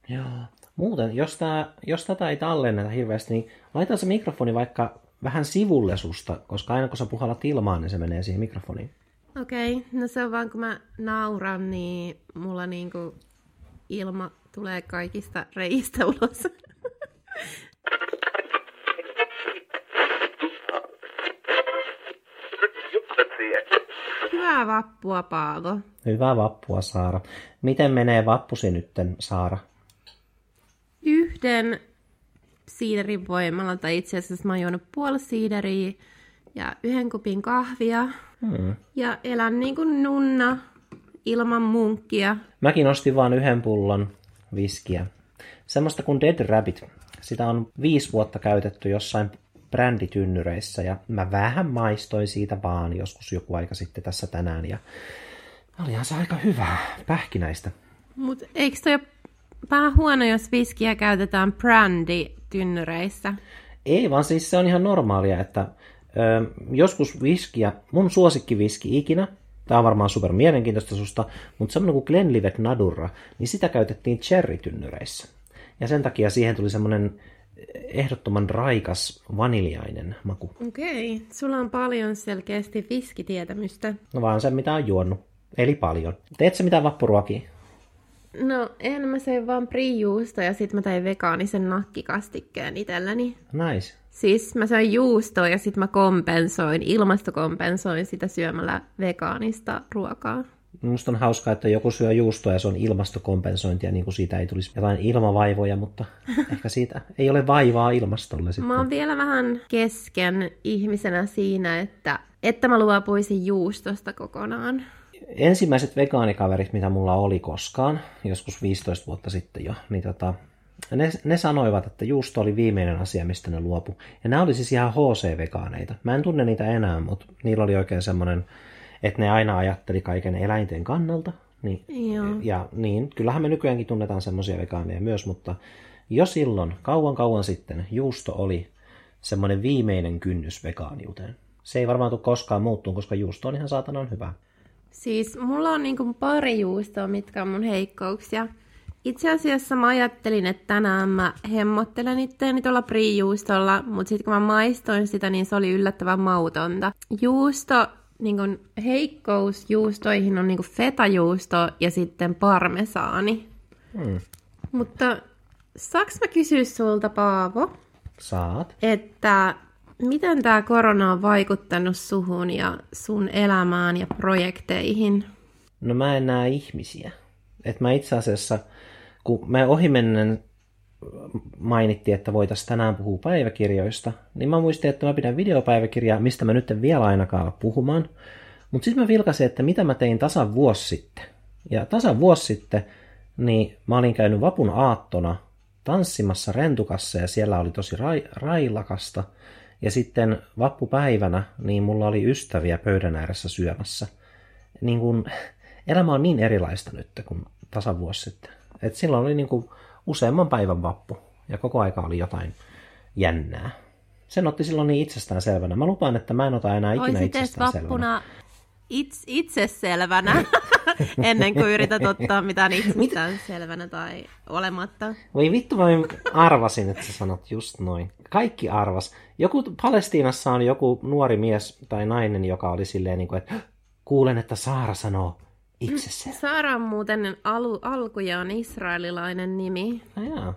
Joo. Muuten, jos tätä ei tallenneta hirveästi, niin laita se mikrofoni vaikka vähän sivulle susta, koska aina kun sä puhallat ilmaan, niin se menee siihen mikrofoniin. Okei, no se on vaan kun mä nauran, niin mulla niinku ilma tulee kaikista reistä ulos. Hyvää vappua, Paavo. Hyvää vappua, Saara. Miten menee vappusi nytten, Saara? Yhden siiderin voimalla, tai itse asiassa mä oon juonut puoli siideriä ja yhden kupin kahvia. Ja elän niin kuin nunna ilman munkkia. Mäkin ostin vaan yhden pullon viskiä. Semmoista kuin Dead Rabbit. Sitä on 5 vuotta käytetty jossain bränditynnyreissä ja mä vähän maistoin siitä vaan joskus joku aika sitten tässä tänään. Ja olihan se aika hyvää pähkinäistä. Mut eikö toi ole vähän huono, jos viskiä käytetään bränditynnyreissä? Ei, vaan siis se on ihan normaalia, että joskus viskiä, mun suosikkiviski ikinä, tämä on varmaan super mielenkiintoista susta, mutta semmoinen kuin Glenlivet Nadurra, niin sitä käytettiin cherry-tynnyreissä. Ja sen takia siihen tuli semmoinen ehdottoman raikas vaniljainen maku. Okei, sulla on paljon selkeästi viskitietämystä. No vaan sen, mitä on juonut. Eli paljon. Teet sä mitään vappuruokia? No, en mä söin vaan prijuusta ja sit mä tein vegaanisen nakkikastikkeen itselläni. Nice. Siis mä söin juustoa ja sit mä ilmastokompensoin sitä syömällä vegaanista ruokaa. Musta on hauskaa, että joku syö juustoa ja se on ilmastokompensointia, niin kuin siitä ei tulisi jotain ilmavaivoja, mutta ehkä siitä ei ole vaivaa ilmastolle sitten. Mä oon vielä vähän kesken ihmisenä siinä, että mä luopuisin juustosta kokonaan. Ensimmäiset vegaanikaverit, mitä mulla oli koskaan, joskus 15 vuotta sitten jo, niin ne sanoivat, että juusto oli viimeinen asia, mistä ne luopu. Ja nämä oli siis ihan HC-vegaaneita. Mä en tunne niitä enää, mutta niillä oli oikein semmoinen, että ne aina ajatteli kaiken eläinten kannalta. Niin, ja niin, kyllähän me nykyäänkin tunnetaan semmoisia vegaaneja myös, mutta jo silloin, kauan sitten, juusto oli semmoinen viimeinen kynnys vegaaniuteen. Se ei varmaan tule koskaan muuttua, koska juusto on ihan saatanan hyvä. Siis mulla on niinku pari juustoa, mitkä on mun heikkouksia. Itse asiassa mä ajattelin, että tänään mä hemmottelen itteeni tuolla prijuustolla, mutta sitten kun mä maistoin sitä, niin se oli yllättävän mautonta. Juusto, niin kun heikkous juustoihin on niin kun fetajuusto ja sitten parmesaani. Mutta saaks mä kysyä sulta, Paavo? Saat. Että miten tää korona on vaikuttanut suhun ja sun elämään ja projekteihin? No mä en näe ihmisiä. Et mä itse asiassa, kun me ohimennen mainittiin, että voitaisiin tänään puhua päiväkirjoista, niin mä muistin, että mä pidän videopäiväkirjaa, mistä mä nyt en vielä ainakaan ole puhumaan. Mutta sitten mä vilkasin, että mitä mä tein tasan vuosi sitten. Ja tasan vuosi sitten, niin mä olin käynyt vapun aattona tanssimassa Rentukassa, ja siellä oli tosi railakasta. Ja sitten vappupäivänä, niin mulla oli ystäviä pöydän ääressä syömässä. Niin kun, elämä on niin erilaista nyt kuin tasan vuosi sitten. Et silloin oli niin kuin useamman päivän vappu ja koko aika oli jotain jännää. Sen otti silloin niin itsestäänselvänä. Mä lupaan, että mä en ota enää ikinä itsestäänselvänä. Vappuna itseselvänä ennen kuin yrität ottaa mitään itsestäänselvänä tai olematta. Voi vittu, mä arvasin, että sä sanot just noin. Kaikki arvas. Palestiinassa on joku nuori mies tai nainen, joka oli silleen, niin kuin, että kuulen, että Saara sanoo itsessään. Saara on muuten alkujaan israelilainen nimi. Jaa.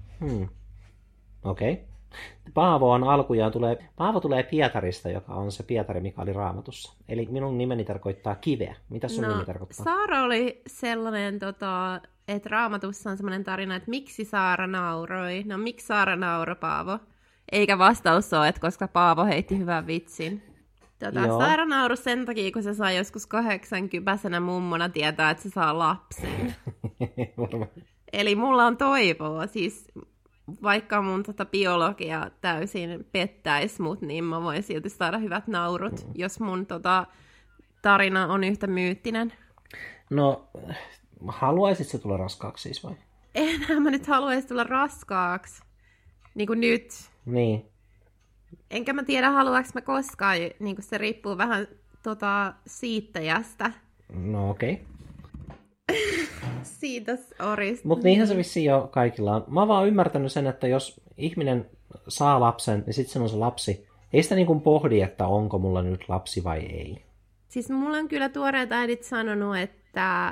Okei. Paavo on alkujaan Paavo tulee Pietarista, joka on se Pietari, mikä oli Raamatussa. Eli minun nimeni tarkoittaa kiveä. Mitä sun nimi tarkoittaa? Saara oli sellainen, että Raamatussa on sellainen tarina, että miksi Saara nauroi. No miksi Saara nauroi, Paavo? Eikä vastaus ole, että koska Paavo heitti hyvän vitsin. Saara nauroi sen takia, kun se saa joskus 80-vuotiaana mummona tietää, että se saa lapsen. Eli mulla on toivoa. Siis vaikka mun biologia täysin pettäisi mut, niin mä voin silti saada hyvät naurut, jos mun tarina on yhtä myyttinen. No, haluaisit se tulla raskaaksi siis vai? Enhän mä nyt haluaisi tulla raskaaksi. Niin kuin nyt. Niin. Enkä mä tiedä, haluaanko mä koskaan, niin kuin se riippuu vähän siittäjästä. No okei. Siitä orista. Mutta niinhän se vissiin jo kaikilla on. Mä oon vaan ymmärtänyt sen, että jos ihminen saa lapsen, niin sitten se on se lapsi. Ei sitä niin kuin pohdi, että onko mulla nyt lapsi vai ei. Siis mulla on kyllä tuoreet äidit sanonut, että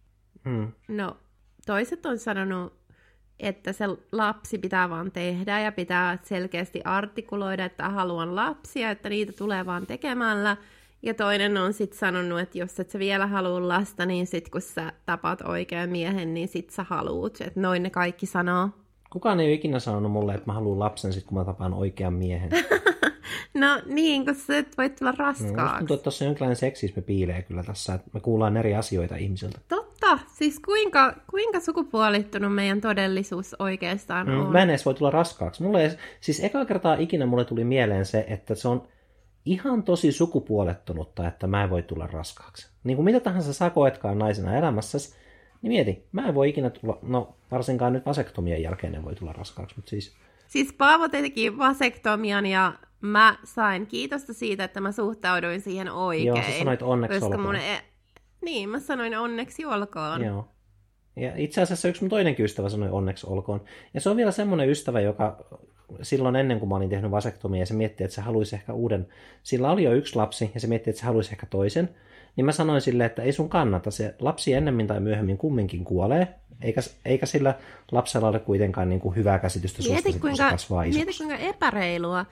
no toiset on sanonut, että se lapsi pitää vaan tehdä ja pitää selkeästi artikuloida, että haluan lapsia, että niitä tulee vaan tekemällä. Ja toinen on sitten sanonut, että jos et sä vielä halua lasta, niin sit kun sä tapat oikean miehen, niin sit sä haluut. Että noin ne kaikki sanoo. Kukaan ei ole ikinä sanonut mulle, että mä haluan lapsen sit kun mä tapaan oikean miehen. No niin, koska sä et voi tulla raskaaksi. Musta tuntuu, että tossa jonkinlainen seksismi piilee kyllä tässä, että me kuullaan eri asioita ihmisiltä. Totta. Siis kuinka sukupuolittunut meidän todellisuus oikeastaan on? Mä en edes voi tulla raskaaksi. Siis eka kertaa ikinä mulle tuli mieleen se, että se on ihan tosi sukupuolettunutta, että mä en voi tulla raskaaksi. Niin kuin mitä tahansa sä koetkaan naisena elämässäsi, niin mieti, mä en voi ikinä tulla, no varsinkaan nyt vasektomian jälkeen en voi tulla raskaaksi, mutta siis... Siis Paavo teki vasektomian ja mä sain kiitosta siitä, että mä suhtauduin siihen oikein. Joo, sä sanoit onneksi olkoon. Niin, mä sanoin onneksi olkoon. Joo. Ja itse asiassa yksi mun toinenkin ystävä sanoi onneksi olkoon. Ja se on vielä semmoinen ystävä, joka silloin ennen kuin mä olin tehnyt vasektomia ja se mietti, että se haluaisi ehkä uuden. Sillä oli jo yksi lapsi ja se mietti, että se haluaisi ehkä toisen. Niin mä sanoin sille, että ei sun kannata. Se lapsi ennemmin tai myöhemmin kumminkin kuolee. Eikä sillä lapsella ole kuitenkaan niin kuin hyvää käsitystä susta, kun se kasvaa isoksi. Mieti kuinka epäreilua.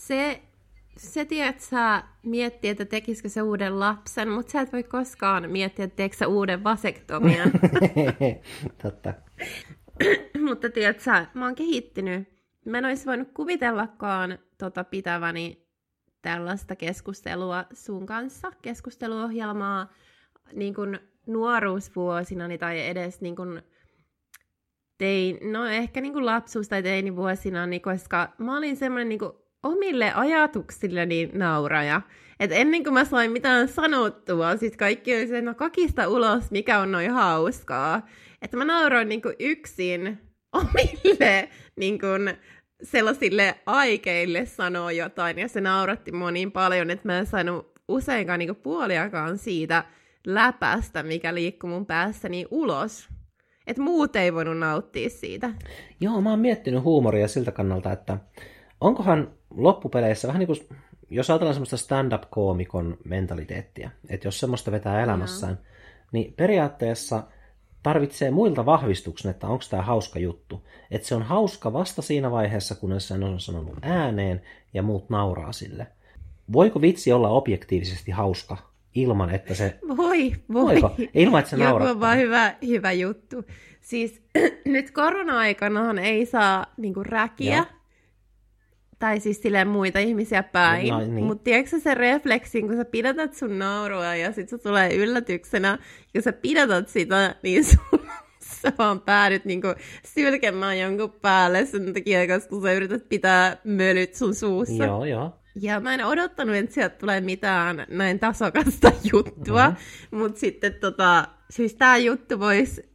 Se tiedät, sä miettii, että tekisikö se uuden lapsen, mutta sä et voi koskaan miettiä, että teekö sä uuden vasektomian. Totta. Mutta tiedät sä, mä oon kehittynyt. Mä en olisi voinut kuvitellakaan pitäväni tällaista keskustelua sun kanssa, keskusteluohjelmaa niin kuin nuoruusvuosinani tai edes niin kuin ehkä niin kuin lapsuus- tai teinivuosinani, koska mä olin semmoinen niin kuin omille ajatuksilleni nauraja. Et ennen kuin mä sain mitään sanottua, sit kaikki oli se, no kakista ulos, mikä on noin hauskaa. Että mä nauroin niin kuin yksin omille niin kuin sellaisille aikeille sanoa jotain, ja se nauratti mua niin paljon, että mä en saanut useinkaan niin kuin puoliakaan siitä läpästä, mikä liikkuu mun päässäni ulos. Että muut ei voinut nauttia siitä. Joo, mä oon miettinyt huumoria siltä kannalta, että onkohan loppupeleissä vähän niin kuin, jos ajatellaan semmoista stand-up-koomikon mentaliteettia, että jos semmoista vetää elämässään, niin periaatteessa tarvitsee muilta vahvistuksen, että onko tämä hauska juttu. Että se on hauska vasta siinä vaiheessa, kun sen on sanonut ääneen ja muut nauraa sille. Voiko vitsi olla objektiivisesti hauska ilman, että se... Voi. Voiko? Ilman, että se naurattaa. Joku on vaan hyvä juttu. Siis nyt korona-aikanahan ei saa niinku räkiä. Joo. Tai siis silleen muita ihmisiä päin. No, niin. Mutta tiedätkö se refleksin, kun sä pidätät sun naurua ja sit se tulee yllätyksenä, kun sä pidätät sitä, niin sä vaan päädyt niinku sylkemään jonkun päälle sen takia, koska sä yrität pitää mölyt sun suussa. Joo. Ja mä en odottanut, että sieltä tulee mitään näin tasokasta juttua, mutta sitten siis tää juttu voisi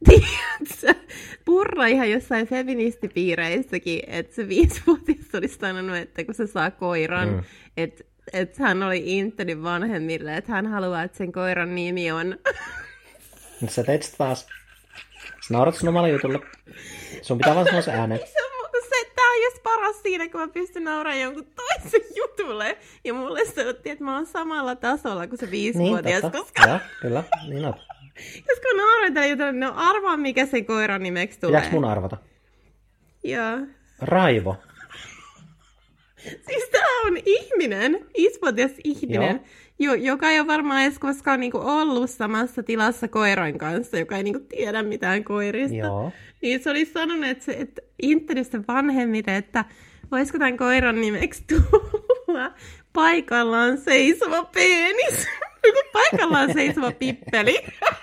purra ihan jossain feministipiireissäkin, että se 5-vuotias olisi sanonut, että kun se saa koiran, että hän oli inttänyt vanhemmille, että hän haluaa, että sen koiran nimi on... Sä teet sitä taas. Sä naurat sun omalle jutulle. Sun pitää vaan sanoa se ääneen. Tää on just paras siinä, kun mä pystyn nauramaan jonkun toisen jutulle. Ja mulle sanottiin, että mä oon samalla tasolla kuin se 5-vuotias. Niin, koska... Joo, kyllä, niin on. Koska mä nauroin tällä jutulla, niin arvaa, mikä sen koiran nimeksi tulee. Pitääkö mun arvata? Joo. Raivo. Siis tää on ihminen, 5-vuotias ihminen, joka ei ole varmaan edes koskaan niinku ollut samassa tilassa koiran kanssa, joka ei niinku tiedä mitään koirista. Joo. Niin se oli sanonut, että inttänyt sen vanhemmille, että voisiko tämän koiran nimeksi tulla paikallaan seisova penis. Paikallaan seisova pippeli.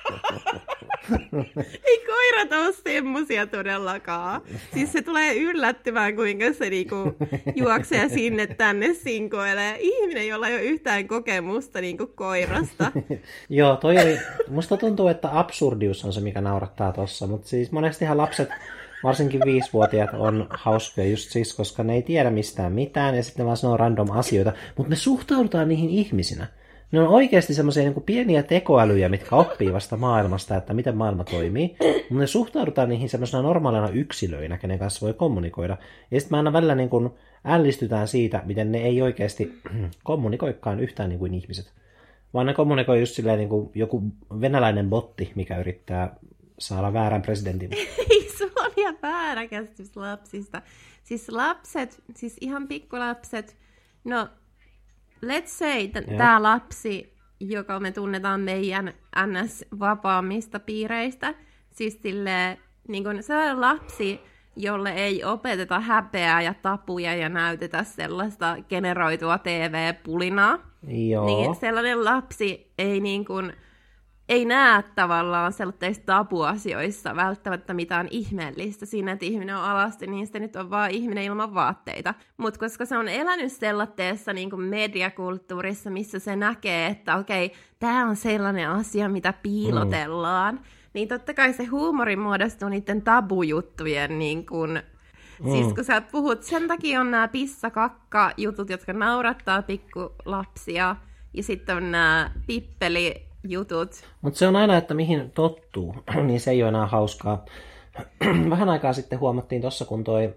Ei koirat ole semmosia todellakaan. Siis se tulee yllättämään, kuinka se niinku juoksee sinne tänne sinkoilee. Ihminen, jolla ei ole yhtään kokemusta niinku koirasta. Joo, toi oli... Musta tuntuu, että absurdius on se, mikä naurattaa tossa. Mutta siis monestihan lapset, varsinkin 5-vuotiaat, on hauskoja just siis, koska ne ei tiedä mistään mitään ja sitten vaan sanoo random asioita. Mutta me suhtaudutaan niihin ihmisinä. Ne on oikeasti semmoisia niin pieniä tekoälyjä, mitkä oppii vasta maailmasta, että miten maailma toimii. Mutta ne suhtaudutaan niihin semmoisena normaalina yksilöinä, kenen kanssa voi kommunikoida. Ja sitten mä aina välillä niin kuin ällistytään siitä, miten ne ei oikeasti kommunikoikaan yhtään niin kuin ihmiset. Vaan ne kommunikoi just silleen niin kuin joku venäläinen botti, mikä yrittää saada väärän presidentin. Ei, sulla on ihan väärä käsitys lapsista. Siis lapset, siis ihan pikkulapset, no let's say, tämä lapsi, joka me tunnetaan meidän NS-vapaammista piireistä, siis silleen, niin kuin sellainen lapsi, jolle ei opeteta häpeää ja tapuja ja näytetä sellaista generoitua TV-pulinaa, Joo. niin sellainen lapsi ei niin kuin ei näe tavallaan sellaisissa tabuasioissa välttämättä mitään ihmeellistä siinä, että ihminen on alasti, niin se nyt on vaan ihminen ilman vaatteita. Mutta koska se on elänyt sellaisessa niin kuin mediakulttuurissa, missä se näkee, että okei, tämä on sellainen asia, mitä piilotellaan, niin totta kai se huumori muodostuu niiden tabujuttujen niin kuin siis kun sä puhut, sen takia on nämä pissa-kakka-jutut, jotka naurattaa pikkulapsia, ja sitten on nämä pippeli-jutut. Mutta se on aina, että mihin tottuu, niin se ei ole enää hauskaa. Vähän aikaa sitten huomattiin tuossa, kun toi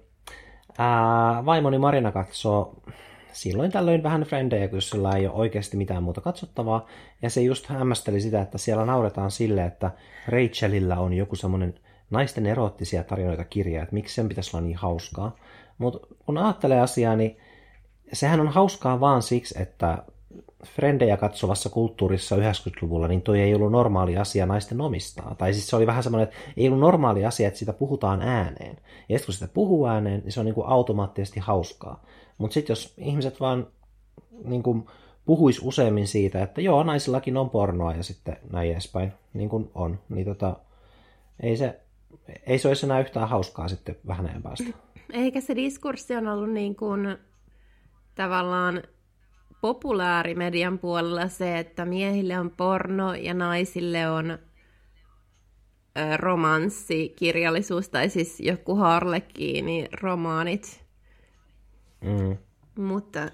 vaimoni Marina katsoo silloin tällöin vähän Frendejä, kun sillä ei ole oikeasti mitään muuta katsottavaa. Ja se just hämmästeli sitä, että siellä nauretaan sille, että Rachelillä on joku semmoinen naisten eroottisia tarinoita kirja, että miksi sen pitäisi olla niin hauskaa. Mutta kun ajattelee asiaa, niin sehän on hauskaa vaan siksi, että Frendejä katsovassa kulttuurissa 90-luvulla, niin toi ei ollut normaali asia naisten omistaa. Tai siis se oli vähän semmoinen, että ei ollut normaali asia, että sitä puhutaan ääneen. Ja sitten kun sitä puhuu ääneen, niin se on niin kuin automaattisesti hauskaa. Mutta sitten jos ihmiset vaan niin kuin puhuis useammin siitä, että joo, naisillakin on pornoa ja sitten näin edespäin, niin kuin on, niin ei se olisi enää yhtään hauskaa sitten vähän ajan päästä. Eikä se diskurssi on ollut niin kuin tavallaan populäärimedian puolella se, että miehille on porno ja naisille on romanssikirjallisuus, tai siis joku Harlekiini-romaanit. Mutta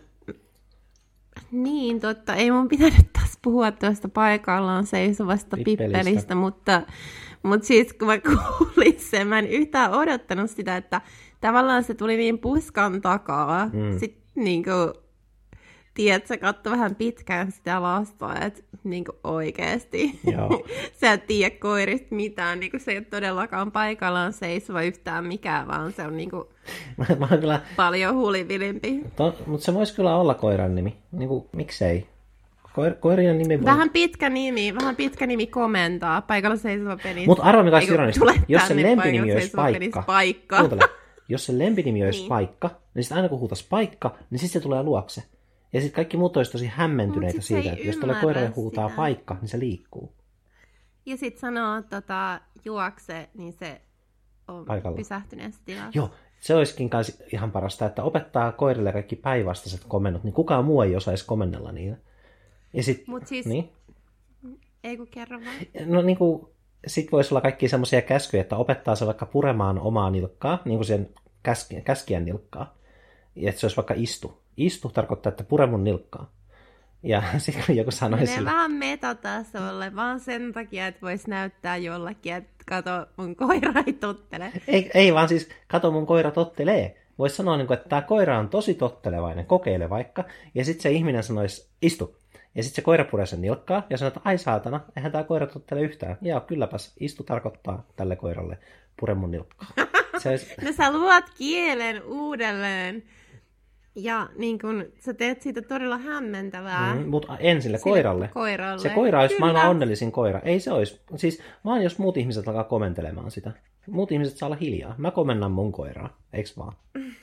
niin, totta, ei mun pitänyt taas puhua tuosta paikallaan seisovasta pippelistä, mutta siis kun mä kuulin sen, mä en yhtään odottanut sitä, että tavallaan se tuli niin puskan takaa. Sitten niinku tiedätkö, katso vähän pitkään sitä lasta, että niinku oikeesti. Sä et tiedä koirista mitään, niinku se ei ole todellakaan paikallaan seisova yhtään mikään, vaan se on niinku kyllä paljon hulivilimpi. Mutta se voisi kyllä olla koiran nimi. Niinku, miksei? Koirien nimi voi... Vähän pitkä nimi komentaa paikalla seisova pelissä. Mutta arvo mikä olisi ironista, jos se lempinimi olisi paikka. Kuuntele, jos se lempinimi olisi paikka, niin sitten aina kun huutaisi paikka, niin sitten se tulee luokse. Ja sitten kaikki muut olisi tosi hämmentyneitä siitä, että jos tuolle koiralle huutaa paikka, niin se liikkuu. Ja sitten sanoo juokse, niin se on paikalla pysähtyneessä tilassa. Joo, se olisikin kans ihan parasta, että opettaa koirille kaikki päinvastaiset komennot, niin kukaan muu ei osaisi komennella niitä. Mutta siis, niin? ei kun kerro vaan. No niin kuin, sit voisi olla kaikkia semmoisia käskyjä, että opettaa se vaikka puremaan omaa nilkkaa, niin kuin sen käskijän nilkkaa. Ja että se olisi vaikka istu. Istu tarkoittaa, että pure mun nilkkaa. Ja sitten kun joku sanoi sille... vähän metatasolle, vaan sen takia, että voisi näyttää jollekin, että kato, mun koira ei tottele. Ei vaan siis, kato, mun koira tottelee. Voisi sanoa, että tämä koira on tosi tottelevainen, kokeile vaikka. Ja sitten se ihminen sanoisi, istu. Ja sitten se koira puree sen nilkkaa ja sanoo, että ai saatana, eihän tämä koira tottele yhtään. Joo, kylläpäs, istu tarkoittaa tälle koiralle, pure mun nilkkaa. No sä luot kielen uudelleen. Ja niin kun sä teet siitä todella hämmentävää. Mutta ensin koiralle. Se koira olisi maailman onnellisin koira. Ei se olisi. Siis vaan jos muut ihmiset alkaa komentelemaan sitä. Muut ihmiset saa olla hiljaa. Mä komennan mun koiraa. Eiks vaan?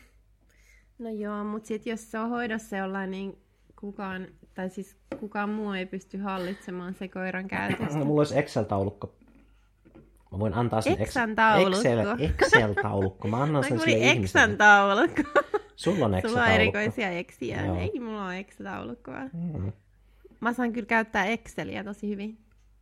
No joo, mutta sit jos se on hoidossa jollain, niin kukaan muu ei pysty hallitsemaan se koiran käytöstä. Mulla olisi Excel-taulukko. Mä voin antaa sen Excel-taulukko. Mä annan sen sille ihmiselle. Excel-taulukko. Sulla on Excel-taulukko. Sulla on erikoisia Exciä. Ei, mulla on Excel-taulukkoa. Mä saan kyllä käyttää Exceliä tosi hyvin.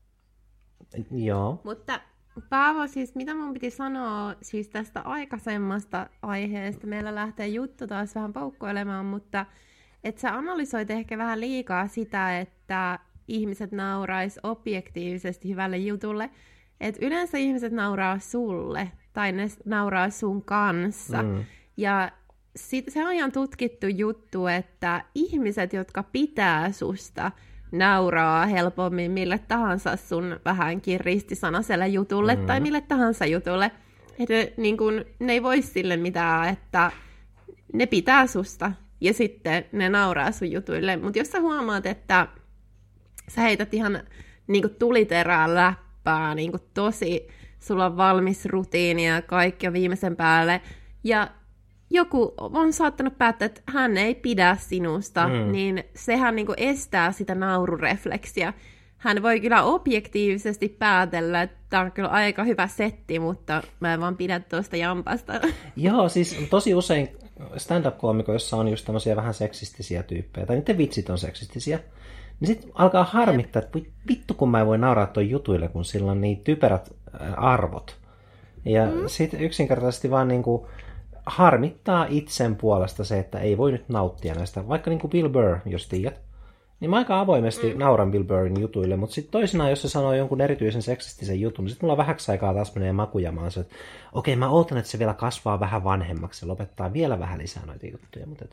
Joo. Mutta Paavo, siis mitä mun piti sanoa siis tästä aikaisemmasta aiheesta? Meillä lähtee juttu taas vähän poukkoilemaan, mutta että sä analysoit ehkä vähän liikaa sitä, että ihmiset naurais objektiivisesti hyvälle jutulle. Että yleensä ihmiset nauraa sulle tai ne nauraa sun kanssa. Ja se on ihan tutkittu juttu, että ihmiset, jotka pitää susta, nauraa helpommin mille tahansa sun vähänkin ristisanaiselle jutulle tai mille tahansa jutulle. Että niin kun, ne ei voi sille mitään, että ne pitää susta ja sitten ne nauraa sun jutuille. Mutta jos sä huomaat, että sä heität ihan niin kun tuliterää läppää, niin kun tosi, sulla on valmis rutiini ja kaikki on viimeisen päälle, ja joku on saattanut päättää, että hän ei pidä sinusta, niin sehän niin kuin estää sitä naururefleksiä. Hän voi kyllä objektiivisesti päätellä, että tämä on kyllä aika hyvä setti, mutta mä en vaan pidä tuosta jampasta. Joo, siis tosi usein stand-up-koomikoissa on just tämmöisiä vähän seksistisiä tyyppejä, tai niiden vitsit on seksistisiä. Niin sitten alkaa harmittaa, että vittu kun mä en voi nauraa toi jutuille, kun sillä on niin typerät arvot. Ja sitten yksinkertaisesti vaan niinku harmittaa itsen puolesta se, että ei voi nyt nauttia näistä. Vaikka niin kuin Bill Burr, jos tiedät. Niin mä aika avoimesti nauran Bill Burrin jutuille, mutta sitten toisinaan, jos se sanoo jonkun erityisen seksistisen jutun, niin sitten mulla vähäksi aikaa taas menee makujamaan se, että okei, mä ootan, että se vielä kasvaa vähän vanhemmaksi ja lopettaa vielä vähän lisää noita juttuja. Mutta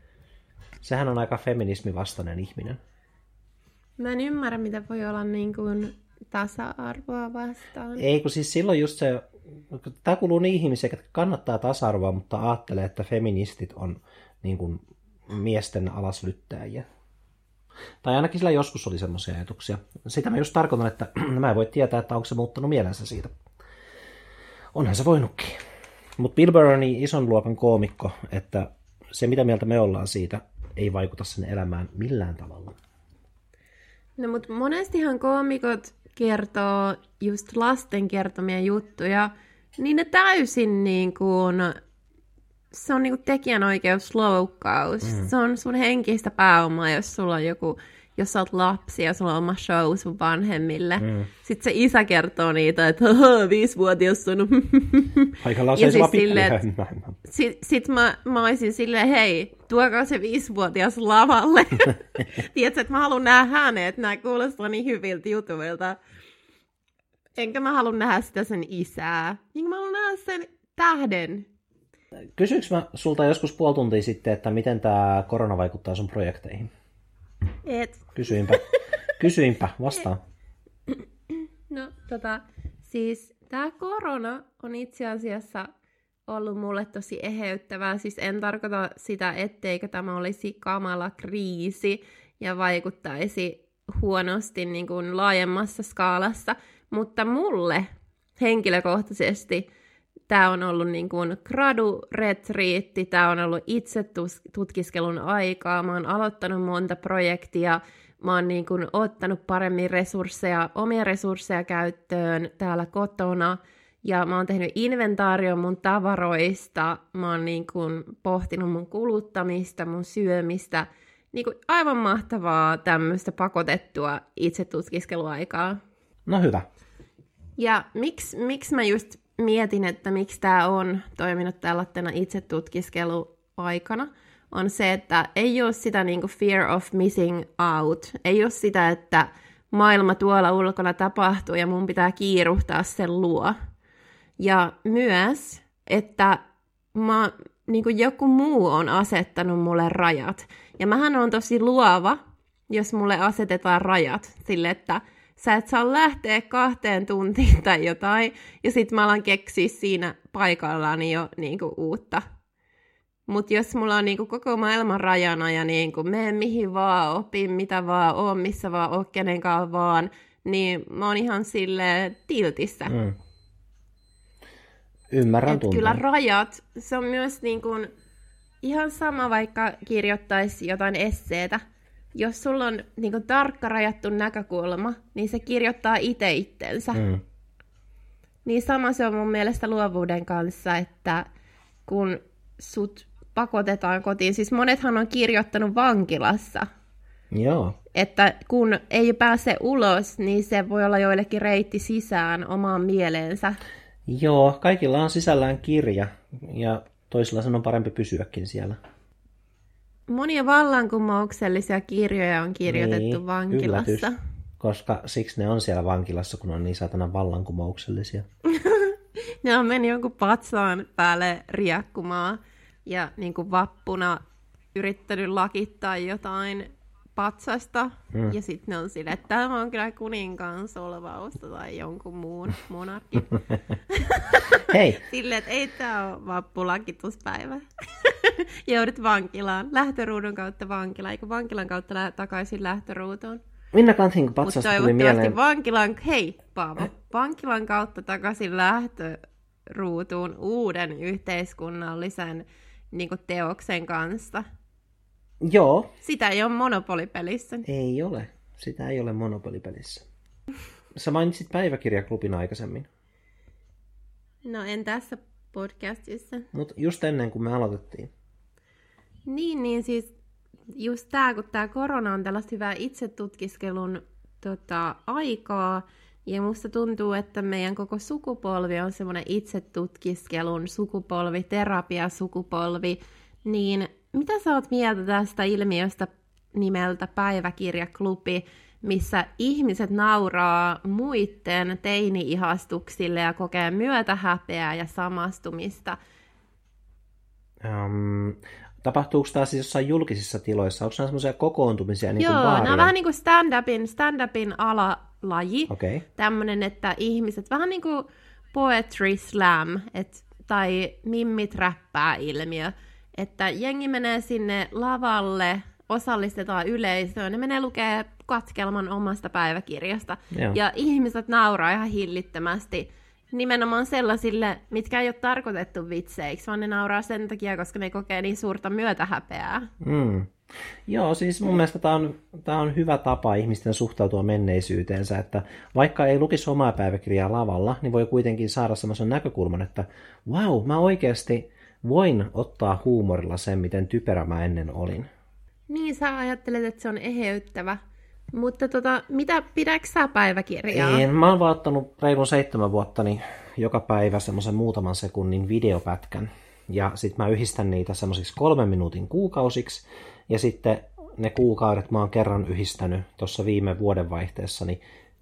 sehän on aika feminismivastainen ihminen. Mä en ymmärrä, mitä voi olla niin kuin tasa-arvoa vastaan. Ei, kun siis silloin just se, tämä kuuluu niihin ihmisiä, jotka kannattaa tasa-arvoa, mutta ajattelee, että feministit on niin kuin miesten alaslyttääjiä. Tai ainakin sillä joskus oli semmoisia ajatuksia. Sitä mä just tarkoitan, että mä en voi tietää, että onko se muuttanut mielensä siitä. Onhan se voinutkin. Mutta Bill Burr on niin ison luokan koomikko, että se mitä mieltä me ollaan siitä ei vaikuta sen elämään millään tavalla. No mutta monestihan koomikot kertoo just lasten kertomia juttuja, niin ne täysin niin kuin, se on niin kuin tekijänoikeusloukkaus. Se on sun henkistä pääomaa, jos sulla on joku, jos sä oot lapsi ja sulla on oma show sun vanhemmille. Sitten se isä kertoo niitä, että 5-vuotias on. Aika lauseisella pikkuja. Sitten mä olisin silleen, hei, tuokaa se 5-vuotias lavalle. Tiedätkö, että mä haluan nähdä hänet, nämä kuulostaa niin hyviltä jutuilta. Enkä mä halua nähdä sitä sen isää. Niin mä haluan nähdä sen tähden. Kysyykö mä sulta joskus puoli tuntia sitten, että miten tämä korona vaikuttaa sun projekteihin? Et. Kysyinpä, vastaan. No, siis tämä korona on itse asiassa ollut mulle tosi eheyttävää. Siis en tarkoita sitä, etteikö tämä olisi kamala kriisi ja vaikuttaisi huonosti niin kuin laajemmassa skaalassa, mutta mulle henkilökohtaisesti tämä on ollut niin kuin gradu-retriitti, tämä on ollut itse tutkiskelun aikaa, mä oon aloittanut monta projektia, mä oon niin kuin ottanut paremmin omia resursseja käyttöön täällä kotona, ja mä oon tehnyt inventaarion mun tavaroista, mä oon niin kuin pohtinut mun kuluttamista, mun syömistä, niin kuin aivan mahtavaa tämmöistä pakotettua itse tutkiskeluaikaa. No hyvä. Ja miksi mä just mietin, että miksi tämä on toiminut tällaisena itsetutkiskeluaikana, on se, että ei ole sitä niinku fear of missing out. Ei ole sitä, että maailma tuolla ulkona tapahtuu ja mun pitää kiiruhtaa sen luo. Ja myös, että niinku joku muu on asettanut mulle rajat. Ja mähän on tosi luova, jos mulle asetetaan rajat sille, että sä et saa lähteä 2 tuntiin tai jotain, ja sit mä alan keksiä siinä paikallaani jo niinku uutta. Mut jos mulla on niinku koko maailman rajana ja niinku mene mihin vaan, opin mitä vaan, oon missä vaan, oo kenenkaan vaan, niin mä oon ihan silleen tiltissä. Ymmärrän tunteen. Kyllä rajat, se on myös niinku ihan sama, vaikka kirjoittaisi jotain esseetä. Jos sulla on niin kuin tarkka rajattu näkökulma, niin se kirjoittaa itse itsensä. Niin sama se on mun mielestä luovuuden kanssa, että kun sut pakotetaan kotiin, siis monethan on kirjoittanut vankilassa. Joo. Että kun ei pääse ulos, niin se voi olla joillekin reitti sisään omaan mieleensä. Joo, kaikilla on sisällään kirja, ja toisilla sen on parempi pysyäkin siellä. monia vallankumouksellisia kirjoja on kirjoitettu Niin, vankilassa. yllätys, koska siksi ne on siellä vankilassa, kun on niin saatana vallankumouksellisia. Ne on mennyt jonkun patsaan päälle riekkumaan ja niin kuin vappuna yrittänyt lakittaa jotain patsasta. Ja sitten ne on silleen, että tämä on kyllä kuninkaan solvausta tai jonkun muun monarkin. Hei! Silleen, että ei tämä ole vappulakituspäivä. Joudut vankilaan. Lähtöruudun kautta vankilaan, eikö vankilan kautta takaisin lähtöruutuun. Minna Kanthin patsasta tuli mieleen... vankilan kautta takaisin lähtöruutuun uuden yhteiskunnallisen niin kuin teoksen kanssa. Joo. Sitä ei ole Monopoly-pelissä. Ei ole. Sitä ei ole Monopoly-pelissä. Sä mainitsit päiväkirjaklubin aikaisemmin. No en tässä podcastissa. Mutta just ennen kuin me aloitettiin. Niin siis just tämä, kun tämä korona on tällaista hyvää itsetutkiskelun aikaa, ja musta tuntuu, että meidän koko sukupolvi on semmoinen itsetutkiskelun sukupolvi, terapiasukupolvi, niin mitä sä oot mieltä tästä ilmiöstä nimeltä päiväkirjaklubi, missä ihmiset nauraa muiden teini-ihastuksille ja kokee myötähäpeää ja samastumista? Tapahtuuko tämä siis jossain julkisissa tiloissa? Onko nämä semmoisia kokoontumisia niin kuin Joo, baarilla? nämä on vähän niin kuin stand-upin alalaji. Okay. Tämmöinen, että ihmiset, vähän niin kuin poetry slam, tai mimmit räppää ilmiö, että jengi menee sinne lavalle, osallistetaan yleisöön, ne menee lukee katkelman omasta päiväkirjasta. Joo. Ja ihmiset nauraa ihan hillittömästi. Nimenomaan sellaisille, mitkä ei ole tarkoitettu vitseiksi, vaan ne nauraa sen takia, koska ne kokee niin suurta myötähäpeää. Joo, siis mun mielestä tämä on hyvä tapa ihmisten suhtautua menneisyyteensä, että vaikka ei lukisi omaa päiväkirjaa lavalla, niin voi kuitenkin saada semmoisen näkökulman, että vau, mä oikeasti voin ottaa huumorilla sen, miten typerä mä ennen olin. Niin, sä ajattelet, että se on eheyttävä. Mutta mitä pidätkö sä päiväkirjaa? Mä oon vaan ottanut reilun 7 vuotta niin joka päivä semmoisen muutaman sekunnin videopätkän. Ja sit mä yhdistän niitä semmoisiksi 3 minuutin kuukausiksi. Ja sitten ne kuukaudet mä oon kerran yhdistänyt tuossa viime vuodenvaihteessa niin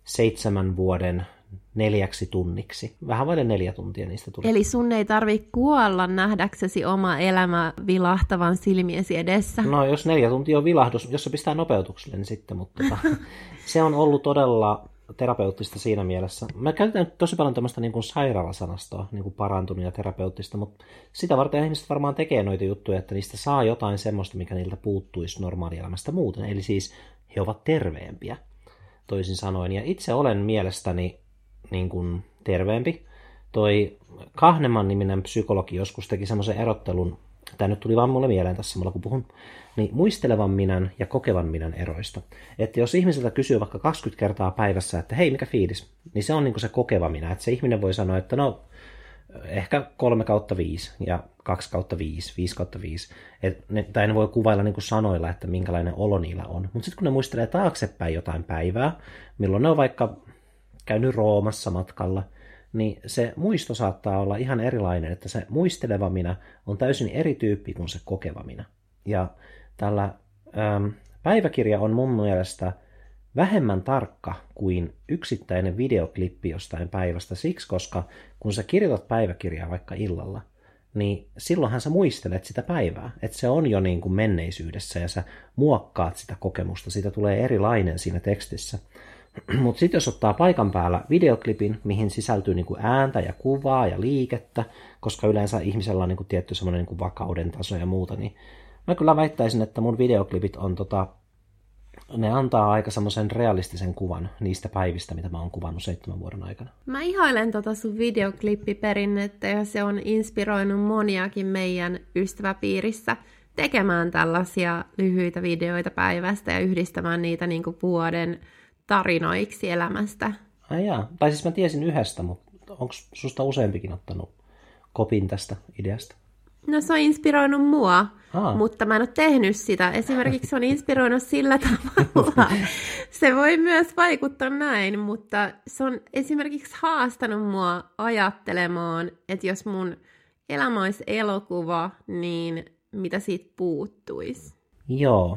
7 vuoden 4 tunniksi. Vähän vaille 4 tuntia niistä tuli. Eli sun ei tarvitse kuolla nähdäksesi oma elämä vilahtavan silmiesi edessä? No jos 4 tuntia on vilahdus, jos se pistää nopeutukselle, niin sitten, mutta se on ollut todella terapeuttista siinä mielessä. Mä käytän tosi paljon tämmöistä niin kuin sairaalasanastoa, niin kuin parantunut ja terapeuttista, mutta sitä varten ihmiset varmaan tekee noita juttuja, että niistä saa jotain semmoista, mikä niiltä puuttuisi normaalielämästä muuten. Eli siis he ovat terveempiä, toisin sanoen. Ja itse olen mielestäni niin kuin terveempi. Toi Kahneman-niminen psykologi joskus teki semmoisen erottelun, tämä nyt tuli vaan mulle mieleen tässä samalla kun puhun, niin muistelevan minän ja kokevan minän eroista. Että jos ihmiseltä kysyy vaikka 20 kertaa päivässä, että hei, mikä fiilis, niin se on niin kuin se kokeva minä. Että se ihminen voi sanoa, että no ehkä 3/5 ja 2/5, 5/5. Tai ne voi kuvailla niin kuin sanoilla, että minkälainen olo niillä on. Mutta sitten kun ne muistelee taaksepäin jotain päivää, milloin ne on vaikka käynyt Roomassa matkalla, niin se muisto saattaa olla ihan erilainen, että se muisteleva minä on täysin eri tyyppi kuin se kokeva minä. Ja tällä päiväkirja on mun mielestä vähemmän tarkka kuin yksittäinen videoklippi jostain päivästä siksi, koska kun sä kirjoitat päiväkirjaa vaikka illalla, niin silloinhan sä muistelet sitä päivää, että se on jo niin kuin menneisyydessä ja sä muokkaat sitä kokemusta, siitä tulee erilainen siinä tekstissä. Mutta sitten jos ottaa paikan päällä videoklipin, mihin sisältyy niinku ääntä ja kuvaa ja liikettä, koska yleensä ihmisellä on niinku tietty semmoinen niinku vakauden taso ja muuta, niin mä kyllä väittäisin, että mun videoklipit on ne antaa aika semmoisen realistisen kuvan niistä päivistä, mitä mä oon kuvannut 7 vuoden aikana. Mä ihailen sun videoklippiperinnettä ja se on inspiroinut moniakin meidän ystäväpiirissä tekemään tällaisia lyhyitä videoita päivästä ja yhdistämään niitä niinku vuoden tarinoiksi elämästä. Jaa. Tai siis mä tiesin yhdestä, mutta onko susta useampikin ottanut kopin tästä ideasta? No se on inspiroinut mua, mutta mä en ole tehnyt sitä. Esimerkiksi se on inspiroinut sillä tavalla. Se voi myös vaikuttaa näin, mutta se on esimerkiksi haastanut mua ajattelemaan, että jos mun elämä olisi elokuva, niin mitä siitä puuttuisi. Joo.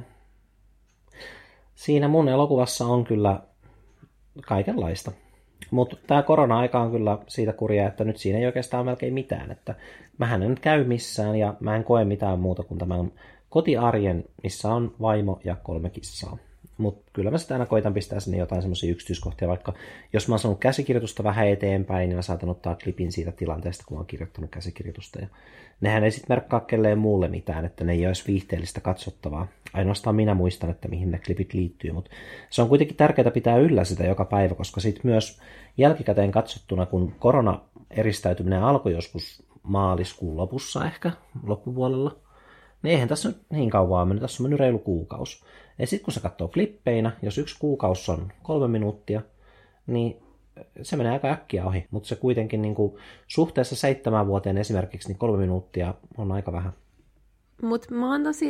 Siinä mun elokuvassa on kyllä kaikenlaista. Mutta tämä korona-aika on kyllä siitä kurja, että nyt siinä ei oikeastaan melkein mitään. Että mähän en käy missään ja mä en koe mitään muuta kuin tämän kotiarjen, missä on vaimo ja 3 kissaa. Mutta kyllä mä sitä aina koitan pistää sinne jotain semmoisia yksityiskohtia, vaikka jos mä oon saanut käsikirjoitusta vähän eteenpäin, niin mä saatan ottaa klipin siitä tilanteesta, kun mä oon kirjoittanut käsikirjoitusta. Ja nehän ei sitten merkkaa kelleen muulle mitään, että ne ei olisi viihteellistä katsottavaa. Ainoastaan minä muistan, että mihin ne klipit liittyy, mutta se on kuitenkin tärkeää pitää yllä sitä joka päivä, koska sitten myös jälkikäteen katsottuna, kun korona-eristäytyminen alkoi joskus maaliskuun lopussa ehkä, loppupuolella, niin eihän tässä nyt niin kauan mennyt, tässä on mennyt reilu kuukausi. Ja sitten kun se katsoo klippeinä, jos 1 kuukausi on 3 minuuttia, niin se menee aika äkkiä ohi. Mutta se kuitenkin niin kuin, suhteessa 7 vuoteen esimerkiksi, niin 3 minuuttia on aika vähän. Mutta mä oon tosi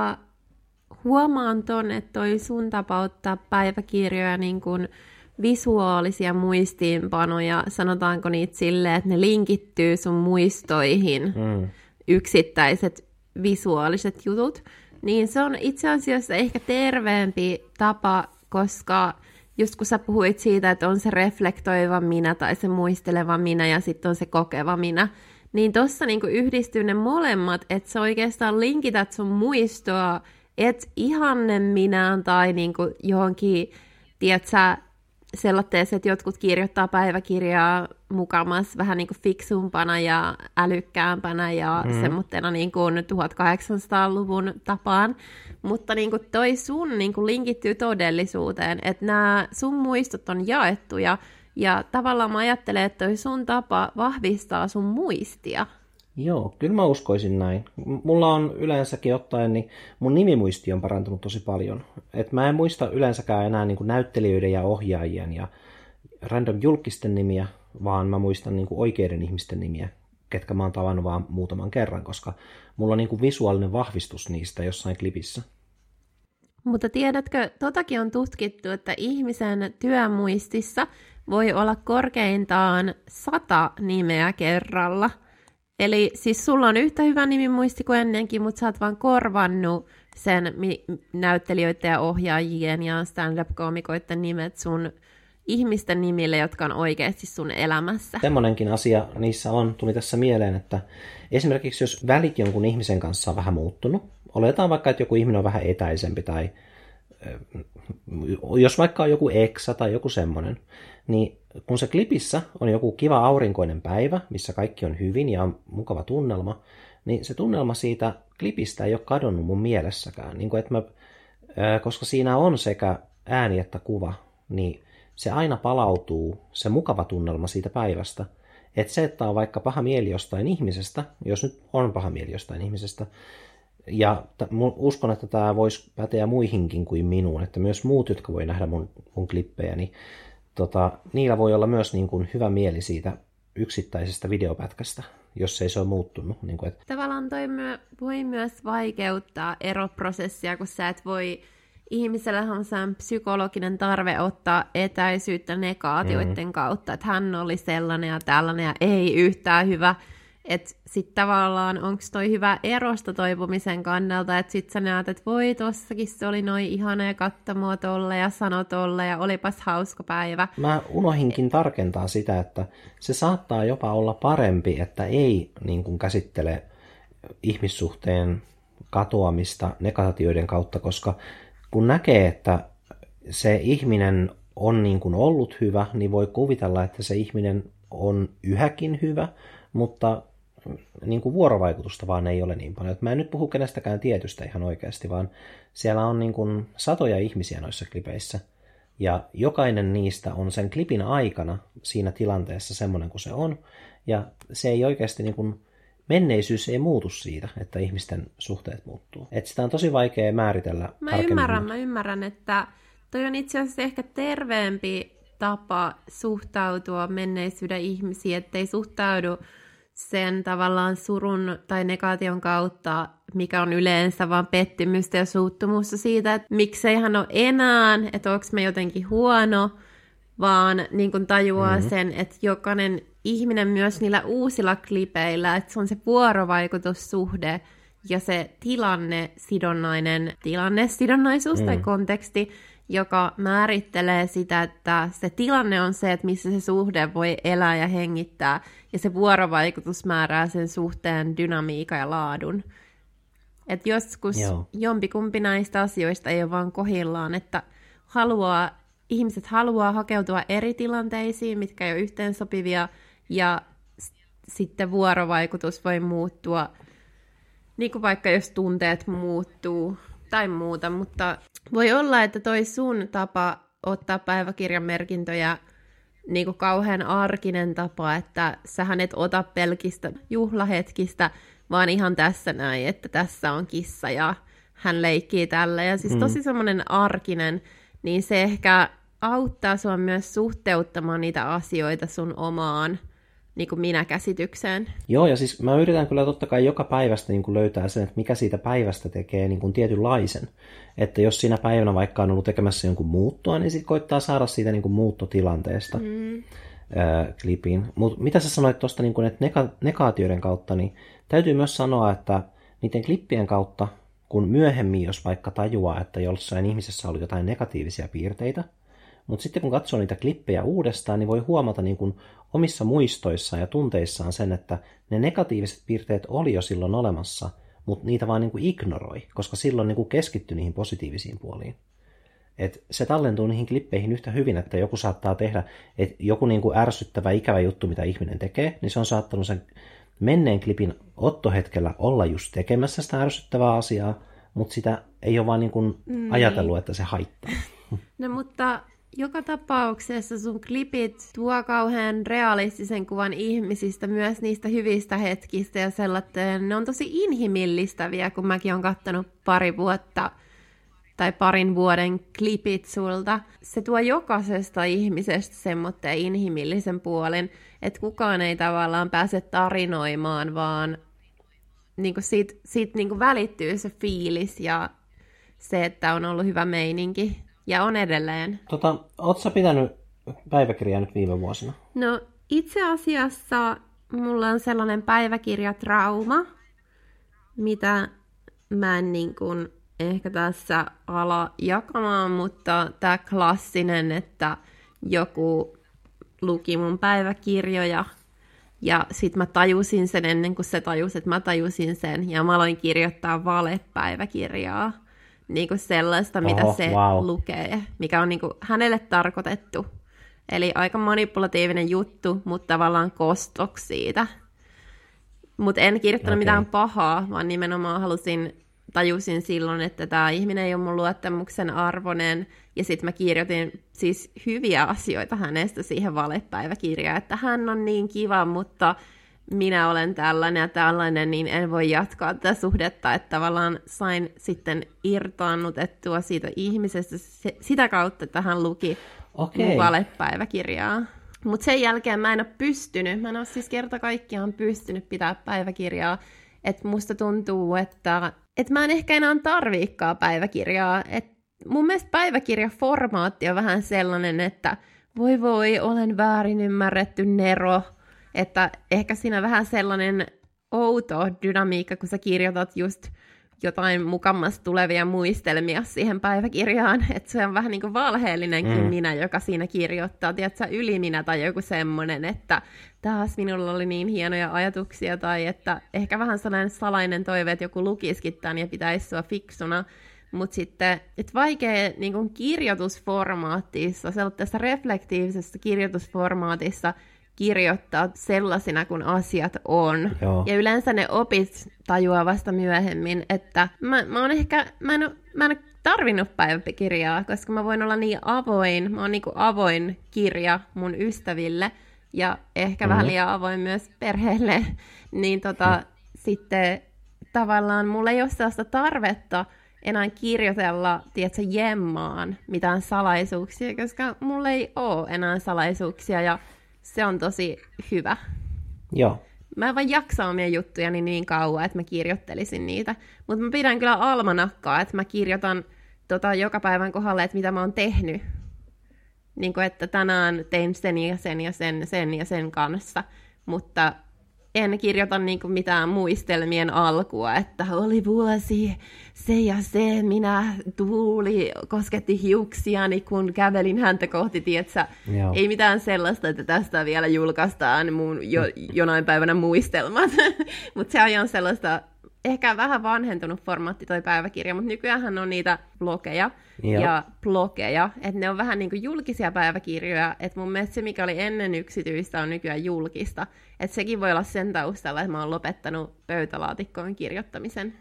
huomaan ton, että toi sun tapa ottaa päiväkirjoja niin kun visuaalisia muistiinpanoja, sanotaanko niitä silleen, että ne linkittyy sun muistoihin, yksittäiset visuaaliset jutut, niin se on itse asiassa ehkä terveempi tapa, koska just kun sä puhuit siitä, että on se reflektoiva minä tai se muisteleva minä ja sitten on se kokeva minä, niin tossa niinku yhdistyy ne molemmat, että sä oikeastaan linkität sun muistoa, et ihanne minään tai niinku johonkin, tiedätkö, sellaiseen, että jotkut kirjoittaa päiväkirjaa mukamas vähän niin kuin fiksumpana ja älykkäämpänä ja semmoittena niin kuin 1800-luvun tapaan. Mutta niin kuin toi sun niin kuin linkittyy todellisuuteen, että nämä sun muistot on jaettuja ja tavallaan mä ajattelen, että toi sun tapa vahvistaa sun muistia. Joo, kyllä mä uskoisin näin. Mulla on yleensäkin ottaen, niin mun nimimuisti on parantunut tosi paljon. Et mä en muista yleensäkään enää niin kuin näyttelijöiden ja ohjaajien ja random julkisten nimiä, vaan mä muistan niin kuin oikeiden ihmisten nimiä, ketkä mä oon tavannut vaan muutaman kerran, koska mulla on niin kuin visuaalinen vahvistus niistä jossain klipissä. Mutta tiedätkö, totakin on tutkittu, että ihmisen työmuistissa voi olla korkeintaan 100 nimeä kerralla. Eli siis sulla on yhtä hyvä nimimuisti kuin ennenkin, mutta sä oot vaan korvannut sen näyttelijöiden ja ohjaajien ja stand-up-koomikoiden nimet sun ihmisten nimille, jotka on oikeasti sun elämässä. Semmoinenkin asia niissä on, tuli tässä mieleen, että esimerkiksi jos välit jonkun ihmisen kanssa on vähän muuttunut, oletetaan vaikka, että joku ihminen on vähän etäisempi tai jos vaikka on joku eksä tai joku semmoinen, niin kun se klipissä on joku kiva aurinkoinen päivä, missä kaikki on hyvin ja on mukava tunnelma, niin se tunnelma siitä klipistä ei ole kadonnut mun mielessäkään. Niin kuin, koska siinä on sekä ääni että kuva, niin se aina palautuu, se mukava tunnelma siitä päivästä. Että se, että on vaikka paha mieli jostain ihmisestä, jos nyt on paha mieli jostain ihmisestä, ja uskon, että tämä voisi päteä muihinkin kuin minuun, että myös muut, jotka voi nähdä mun klippejä, niin niillä voi olla myös niin kuin hyvä mieli siitä yksittäisestä videopätkästä, jos ei se ole muuttunut. Niin kuin, että tavallaan toi voi myös vaikeuttaa eroprosessia, kun sä et voi, ihmisellä on psykologinen tarve ottaa etäisyyttä negaatioiden kautta, että hän oli sellainen ja tällainen ja ei yhtään hyvä. Että sitten tavallaan onko toi hyvä erosta toipumisen kannalta, että sitten sä näet, että voi tossakin se oli noin ihana ja katso mua tolle ja sano tolle ja olipas hauska päivä. Mä unohinkin tarkentaa sitä, että se saattaa jopa olla parempi, että ei niin kuin käsittele ihmissuhteen katoamista negaatioiden kautta, koska kun näkee, että se ihminen on niin kuin ollut hyvä, niin voi kuvitella, että se ihminen on yhäkin hyvä, mutta niin kuin vuorovaikutusta vaan ei ole niin paljon. Mä en nyt puhu kenestäkään tietystä ihan oikeasti, vaan siellä on niin kuin satoja ihmisiä noissa klipeissä. Ja jokainen niistä on sen klipin aikana siinä tilanteessa semmoinen kuin se on. Ja se ei oikeasti, niin kuin, menneisyys ei muutu siitä, että ihmisten suhteet muuttuu. Että sitä on tosi vaikea määritellä tarkemmin. Mä ymmärrän, että toi on itse asiassa ehkä terveempi tapa suhtautua menneisyyden ihmisiin, ettei suhtaudu sen tavallaan surun tai negaation kautta, mikä on yleensä vaan pettymystä ja suuttumusta siitä, että miksei hän ole enää, että onko mä jotenkin huono, vaan niin kun tajuaa sen, että jokainen ihminen myös niillä uusilla klipeillä, että se on se vuorovaikutussuhde, ja se tilannesidonnaisuus tai konteksti, joka määrittelee sitä, että se tilanne on se, että missä se suhde voi elää ja hengittää, ja se vuorovaikutus määrää sen suhteen dynamiikan ja laadun. Että joskus jompikumpi näistä asioista ei ole vaan kohillaan, että ihmiset haluaa hakeutua eri tilanteisiin, mitkä ei ole yhteensopivia, ja sitten vuorovaikutus voi muuttua, niin kuin vaikka jos tunteet muuttuu tai muuta, mutta voi olla, että toi sun tapa ottaa päiväkirjan merkintöjä niin kuin kauhean arkinen tapa, että sähän et ota pelkistä juhlahetkistä, vaan ihan tässä näin, että tässä on kissa ja hän leikkii tällä. Ja siis tosi semmoinen arkinen, niin se ehkä auttaa sua myös suhteuttamaan niitä asioita sun omaan niin kuin minä-käsitykseen. Joo, ja siis mä yritän kyllä totta kai joka päivästä niin kuin löytää sen, että mikä siitä päivästä tekee niin kuin tietynlaisen. Että jos siinä päivänä vaikka on ollut tekemässä jonkun muuttoa, niin sitten koittaa saada siitä niin kuin muuttotilanteesta klipin. Mutta mitä sä sanoit tuosta, niin kuin, että negaatioiden kautta, niin täytyy myös sanoa, että niiden klippien kautta, kun myöhemmin, jos vaikka tajuaa, että jossain ihmisessä on ollut jotain negatiivisia piirteitä, mutta sitten kun katsoo niitä klippejä uudestaan, niin voi huomata niin kuin omissa muistoissaan ja tunteissaan sen, että ne negatiiviset piirteet oli jo silloin olemassa, mutta niitä vaan niin kuin ignoroi, koska silloin niin kuin keskittyi niihin positiivisiin puoliin. Et se tallentuu niihin klippeihin yhtä hyvin, että joku saattaa tehdä, että joku niin kuin ärsyttävä, ikävä juttu, mitä ihminen tekee, niin se on saattanut sen menneen klipin ottohetkellä olla just tekemässä sitä ärsyttävää asiaa, mutta sitä ei ole vaan niin kuin ajatellut, että se haittaa. No mutta joka tapauksessa sun klipit tuo kauhean realistisen kuvan ihmisistä, myös niistä hyvistä hetkistä ja sellainen. Ne on tosi inhimillistäviä, kun mäkin olen katsonut parin vuoden klipit sulta. Se tuo jokaisesta ihmisestä semmoinen inhimillisen puolen, että kukaan ei tavallaan pääse tarinoimaan, vaan niin kuin siitä niin kuin välittyy se fiilis ja se, että on ollut hyvä meininki. Ja on edelleen. Ootko sä pitänyt päiväkirjaa nyt viime vuosina? No itse asiassa mulla on sellainen päiväkirjatrauma, mitä mä en niin kuin ehkä tässä ala jakamaan, mutta tää klassinen, että joku luki mun päiväkirjoja ja sit mä tajusin sen ennen kuin se tajusi, että mä tajusin sen ja mä aloin kirjoittaa valepäiväkirjaa. Niin kuin sellaista, mitä se lukee, mikä on niin kuin hänelle tarkoitettu. Eli aika manipulatiivinen juttu, mutta tavallaan kostoksi siitä. Mutta en kirjoittanut mitään pahaa, vaan nimenomaan tajusin silloin, että tämä ihminen ei ole mun luottamuksen arvoinen. Ja sitten mä kirjoitin siis hyviä asioita hänestä siihen valepäiväkirjaan, että hän on niin kiva, mutta minä olen tällainen ja tällainen, niin en voi jatkaa tätä suhdetta, että tavallaan sain sitten irtaannutettua siitä ihmisestä sitä kautta, että hän luki mun valepäiväkirjaa. Mutta sen jälkeen mä en ole siis kerta kaikkiaan pystynyt pitää päiväkirjaa, että musta tuntuu, että mä en ehkä enää tarviikaan päiväkirjaa, että mun mielestä päiväkirjaformaatti on vähän sellainen, että voi, olen väärin ymmärretty nero, että ehkä siinä vähän sellainen outo dynamiikka, kun sä kirjoitat just jotain mukamassa tulevia muistelmia siihen päiväkirjaan, että se on vähän niin kuin valheellinenkin minä, joka siinä kirjoittaa, tiedätkö, yliminä tai joku semmoinen, että taas minulla oli niin hienoja ajatuksia, tai että ehkä vähän sellainen salainen toive, että joku lukisikin tämän ja pitäisi sua fiksuna, mutta sitten, että vaikea niin kuin kirjoitusformaatissa, sellaisessa reflektiivisessä kirjoitusformaatissa, kirjoittaa sellaisina kuin asiat on. Joo. Ja yleensä ne opit tajuaa vasta myöhemmin, että mä en ole tarvinnut päiväkirjaa, koska mä voin olla niin avoin. Mä oon niin kuin avoin kirja mun ystäville ja ehkä vähän liian avoin myös perheelle. Niin sitten tavallaan mulla ei ole sellaista tarvetta enää kirjoitella, tiedätkö, jemmaan mitään salaisuuksia, koska mulla ei ole enää salaisuuksia ja se on tosi hyvä. Joo. Mä en vaan jaksa omia juttujani niin kauan, että mä kirjoittelisin niitä. Mutta mä pidän kyllä almanakkaa, että mä kirjoitan joka päivän kohdalle, että mitä mä oon tehnyt. Niin kuin, että tänään tein sen ja sen ja sen ja sen kanssa. Mutta en kirjoita niinku mitään muistelmien alkua, että oli vuosi se ja se, tuuli kosketti hiuksiani, kun kävelin häntä kohti, tietsä. Ei mitään sellaista, että tästä vielä julkaistaan mun jonain päivänä muistelmat, mutta se on ihan sellaista, ehkä vähän vanhentunut formaatti toi päiväkirja, mutta nykyäänhän on niitä blogeja ja blogeja, että ne on vähän niin kuin julkisia päiväkirjoja, että mun mielestä se, mikä oli ennen yksityistä, on nykyään julkista, että sekin voi olla sen taustalla, että mä oon lopettanut pöytälaatikkoon kirjoittamisen.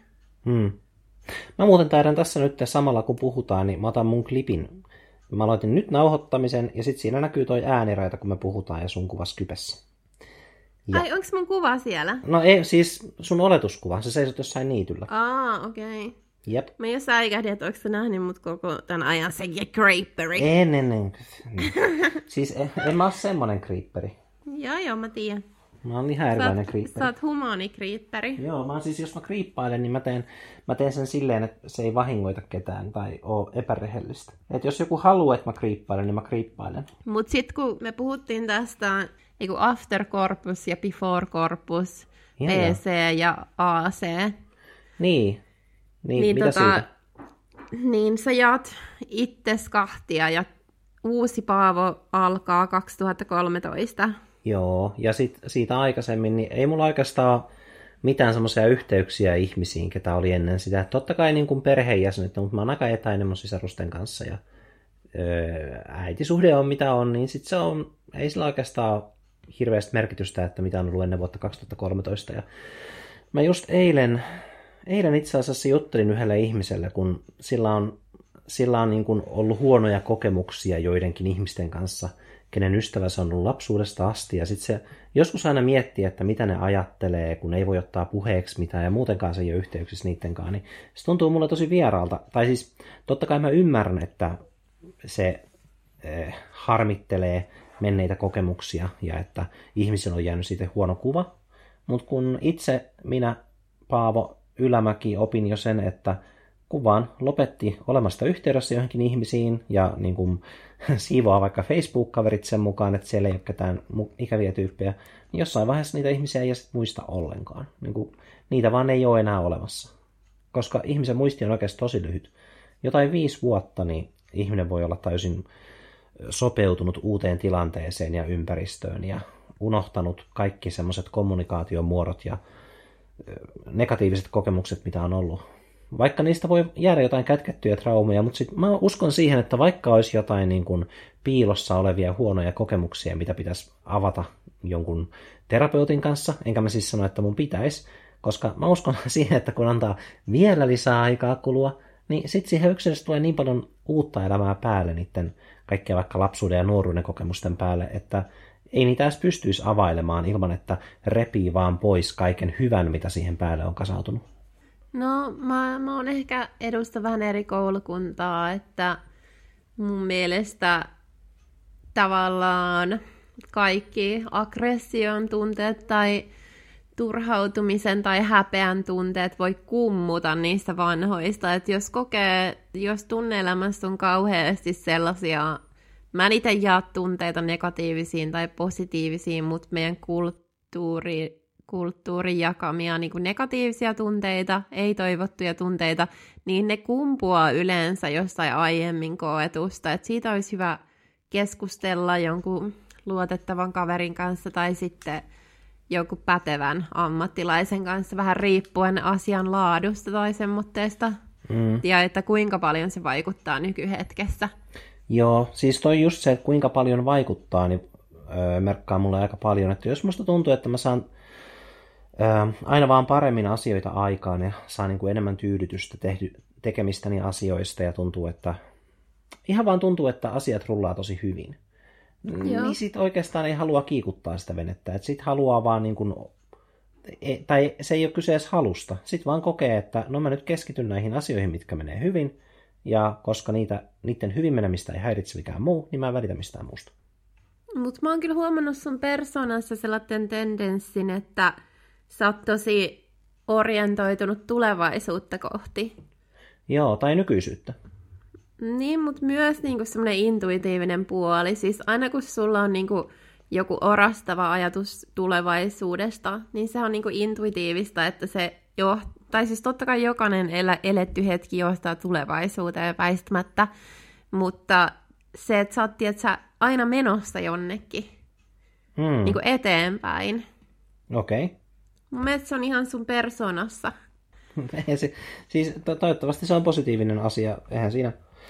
Mä muuten taidan tässä nyt samalla kun puhutaan, niin mä otan mun klipin. Mä aloitin nyt nauhoittamisen ja sitten siinä näkyy toi ääniraita, kun me puhutaan ja sun kuva Skypessä. Ja. Ai, onko mun kuva siellä? No ei, siis sun oletuskuva, se seisot jossain niityllä. Okei. Okay. Jep. Mä jo säikähdin, että onko sä nähnyt mut koko tämän ajan se creeperi. En. Siis en mä oo semmonen creeperi. Joo, mä tiedän. Mä oon ihan erilainen creeperi. Sä oot humaani creeperi. Joo, mä siis jos mä creeppailen, niin mä teen sen silleen, että se ei vahingoita ketään tai oo epärehellistä. Et jos joku haluaa, että mä creeppailen, niin mä creeppailen. Mut sit kun me puhuttiin tästä niinku after corpus ja before corpus, PC ja AC. Niin mitä siitä? Niin sä jaat itses kahtia ja uusi Paavo alkaa 2013. Joo, ja siitä aikaisemmin, niin ei mulla oikeastaan mitään semmoisia yhteyksiä ihmisiin, ketä oli ennen sitä. Totta kai niin kuin perheenjäsenet, mutta mä oon aika etäinen mun sisarusten kanssa ja äitisuhde on mitä on, niin sit se on, ei sillä oikeastaan hirveästi merkitystä, että mitä on ollut ennen vuotta 2013. Ja mä just eilen itse asiassa juttelin yhdelle ihmiselle, kun sillä on niin kuin ollut huonoja kokemuksia joidenkin ihmisten kanssa, kenen ystävä se on ollut lapsuudesta asti, ja sitten se joskus aina miettii, että mitä ne ajattelee, kun ei voi ottaa puheeksi mitään, ja muutenkaan se ei ole yhteyksissä niittenkaan, niin se tuntuu mulle tosi vieraalta. Tai siis totta kai mä ymmärrän, että se harmittelee menneitä kokemuksia, ja että ihmisillä on jäänyt siitä huono kuva, mutta kun itse minä, Paavo Ylämäki, opin jo sen, että kun vaan lopetti olemasta yhteydessä johonkin ihmisiin ja niin kuin siivoaa vaikka Facebook-kaverit sen mukaan, että siellä ei ole ketään ikäviä tyyppejä, niin jossain vaiheessa niitä ihmisiä ei sit muista ollenkaan. Niin kuin, niitä vaan ei ole enää olemassa. Koska ihmisen muisti on oikeasti tosi lyhyt. Jotain 5 vuotta, niin ihminen voi olla täysin sopeutunut uuteen tilanteeseen ja ympäristöön ja unohtanut kaikki semmoiset kommunikaatiomuodot ja negatiiviset kokemukset, mitä on ollut. Vaikka niistä voi jäädä jotain kätkettyjä traumeja, mutta sit mä uskon siihen, että vaikka olisi jotain niin kuin piilossa olevia huonoja kokemuksia, mitä pitäisi avata jonkun terapeutin kanssa, enkä mä siis sano, että mun pitäisi, koska mä uskon siihen, että kun antaa vielä lisää aikaa kulua, niin sitten siihen yksilössä tulee niin paljon uutta elämää päälle niiden kaikkea vaikka lapsuuden ja nuoruuden kokemusten päälle, että ei niitä edes pystyisi availemaan ilman, että repii vaan pois kaiken hyvän, mitä siihen päälle on kasautunut. No, mä oon ehkä edustan vähän eri koulukuntaa, että mun mielestä tavallaan kaikki aggression tunteet tai turhautumisen tai häpeän tunteet voi kummuta niistä vanhoista. Että jos tunne-elämässä on kauheasti sellaisia, mä en itse jaa tunteita negatiivisiin tai positiivisiin, mutta meidän kulttuurin jakamia niin kuin negatiivisia tunteita, ei-toivottuja tunteita, niin ne kumpuaa yleensä jostain aiemmin koetusta. Et siitä olisi hyvä keskustella jonkun luotettavan kaverin kanssa tai sitten jonkun pätevän ammattilaisen kanssa, vähän riippuen asian laadusta tai semmoitteesta, ja että kuinka paljon se vaikuttaa nykyhetkessä. Joo, siis toi just se, että kuinka paljon vaikuttaa, niin merkkaa mulle aika paljon, että jos musta tuntuu, että mä saan aina vaan paremmin asioita aikaan ja saa niin kuin enemmän tyydytystä tekemistäni asioista ja ihan vaan tuntuu, että asiat rullaa tosi hyvin. Joo. Niin sit oikeastaan ei halua kiikuttaa sitä venettä. Että sit haluaa vaan niin kuin, tai se ei ole kyse edes halusta. Sit vaan kokee, että no mä nyt keskityn näihin asioihin, mitkä menee hyvin. Ja koska niiden hyvin menemistä ei häiritse mikään muu, niin mä en välitä mistään muusta. Mutta mä oon kyllä huomannut sun persoonassa sellaisen tendenssin, että sä oot tosi orientoitunut tulevaisuutta kohti. Joo, tai nykyisyyttä. Niin, mutta myös niinku semmoinen intuitiivinen puoli. Siis aina kun sulla on niinku joku orastava ajatus tulevaisuudesta, niin se on niin kuin intuitiivista, että se tai siis totta kai jokainen eletty hetki johtaa tulevaisuuteen väistämättä, mutta se, että sä oot aina menossa jonnekin niin kuin eteenpäin. Okei. Okay. Mun mielestä se on ihan sun persoonassa. Siis toivottavasti se on positiivinen asia, eihän siinä.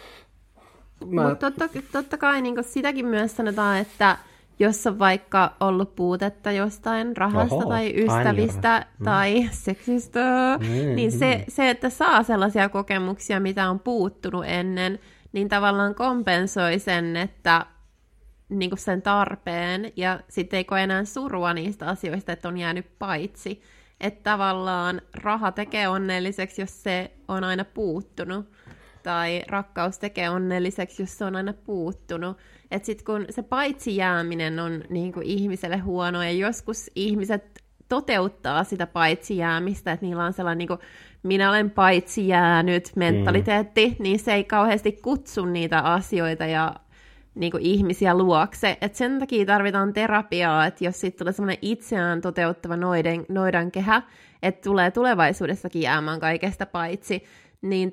Mutta totta kai niin sitäkin myös sanotaan, että jos on vaikka ollut puutetta jostain rahasta tai ystävistä tai seksistä, niin se, että saa sellaisia kokemuksia, mitä on puuttunut ennen, niin tavallaan kompensoi sen, että niin kuin sen tarpeen, ja sitten ei koe enää surua niistä asioista, että on jäänyt paitsi. Että tavallaan raha tekee onnelliseksi, jos se on aina puuttunut, tai rakkaus tekee onnelliseksi, jos se on aina puuttunut. Että sitten kun se paitsi jääminen on niin kuin ihmiselle huono, ja joskus ihmiset toteuttaa sitä paitsi jäämistä, että niillä on sellainen niin kuin, minä olen paitsi jäänyt mentaliteetti, niin se ei kauheasti kutsu niitä asioita ja niin kuin ihmisiä luokse. Et sen takia tarvitaan terapiaa, että jos siitä tulee semmoinen itseään toteuttava noidankehä, että tulee tulevaisuudessakin jäämään kaikesta paitsi, niin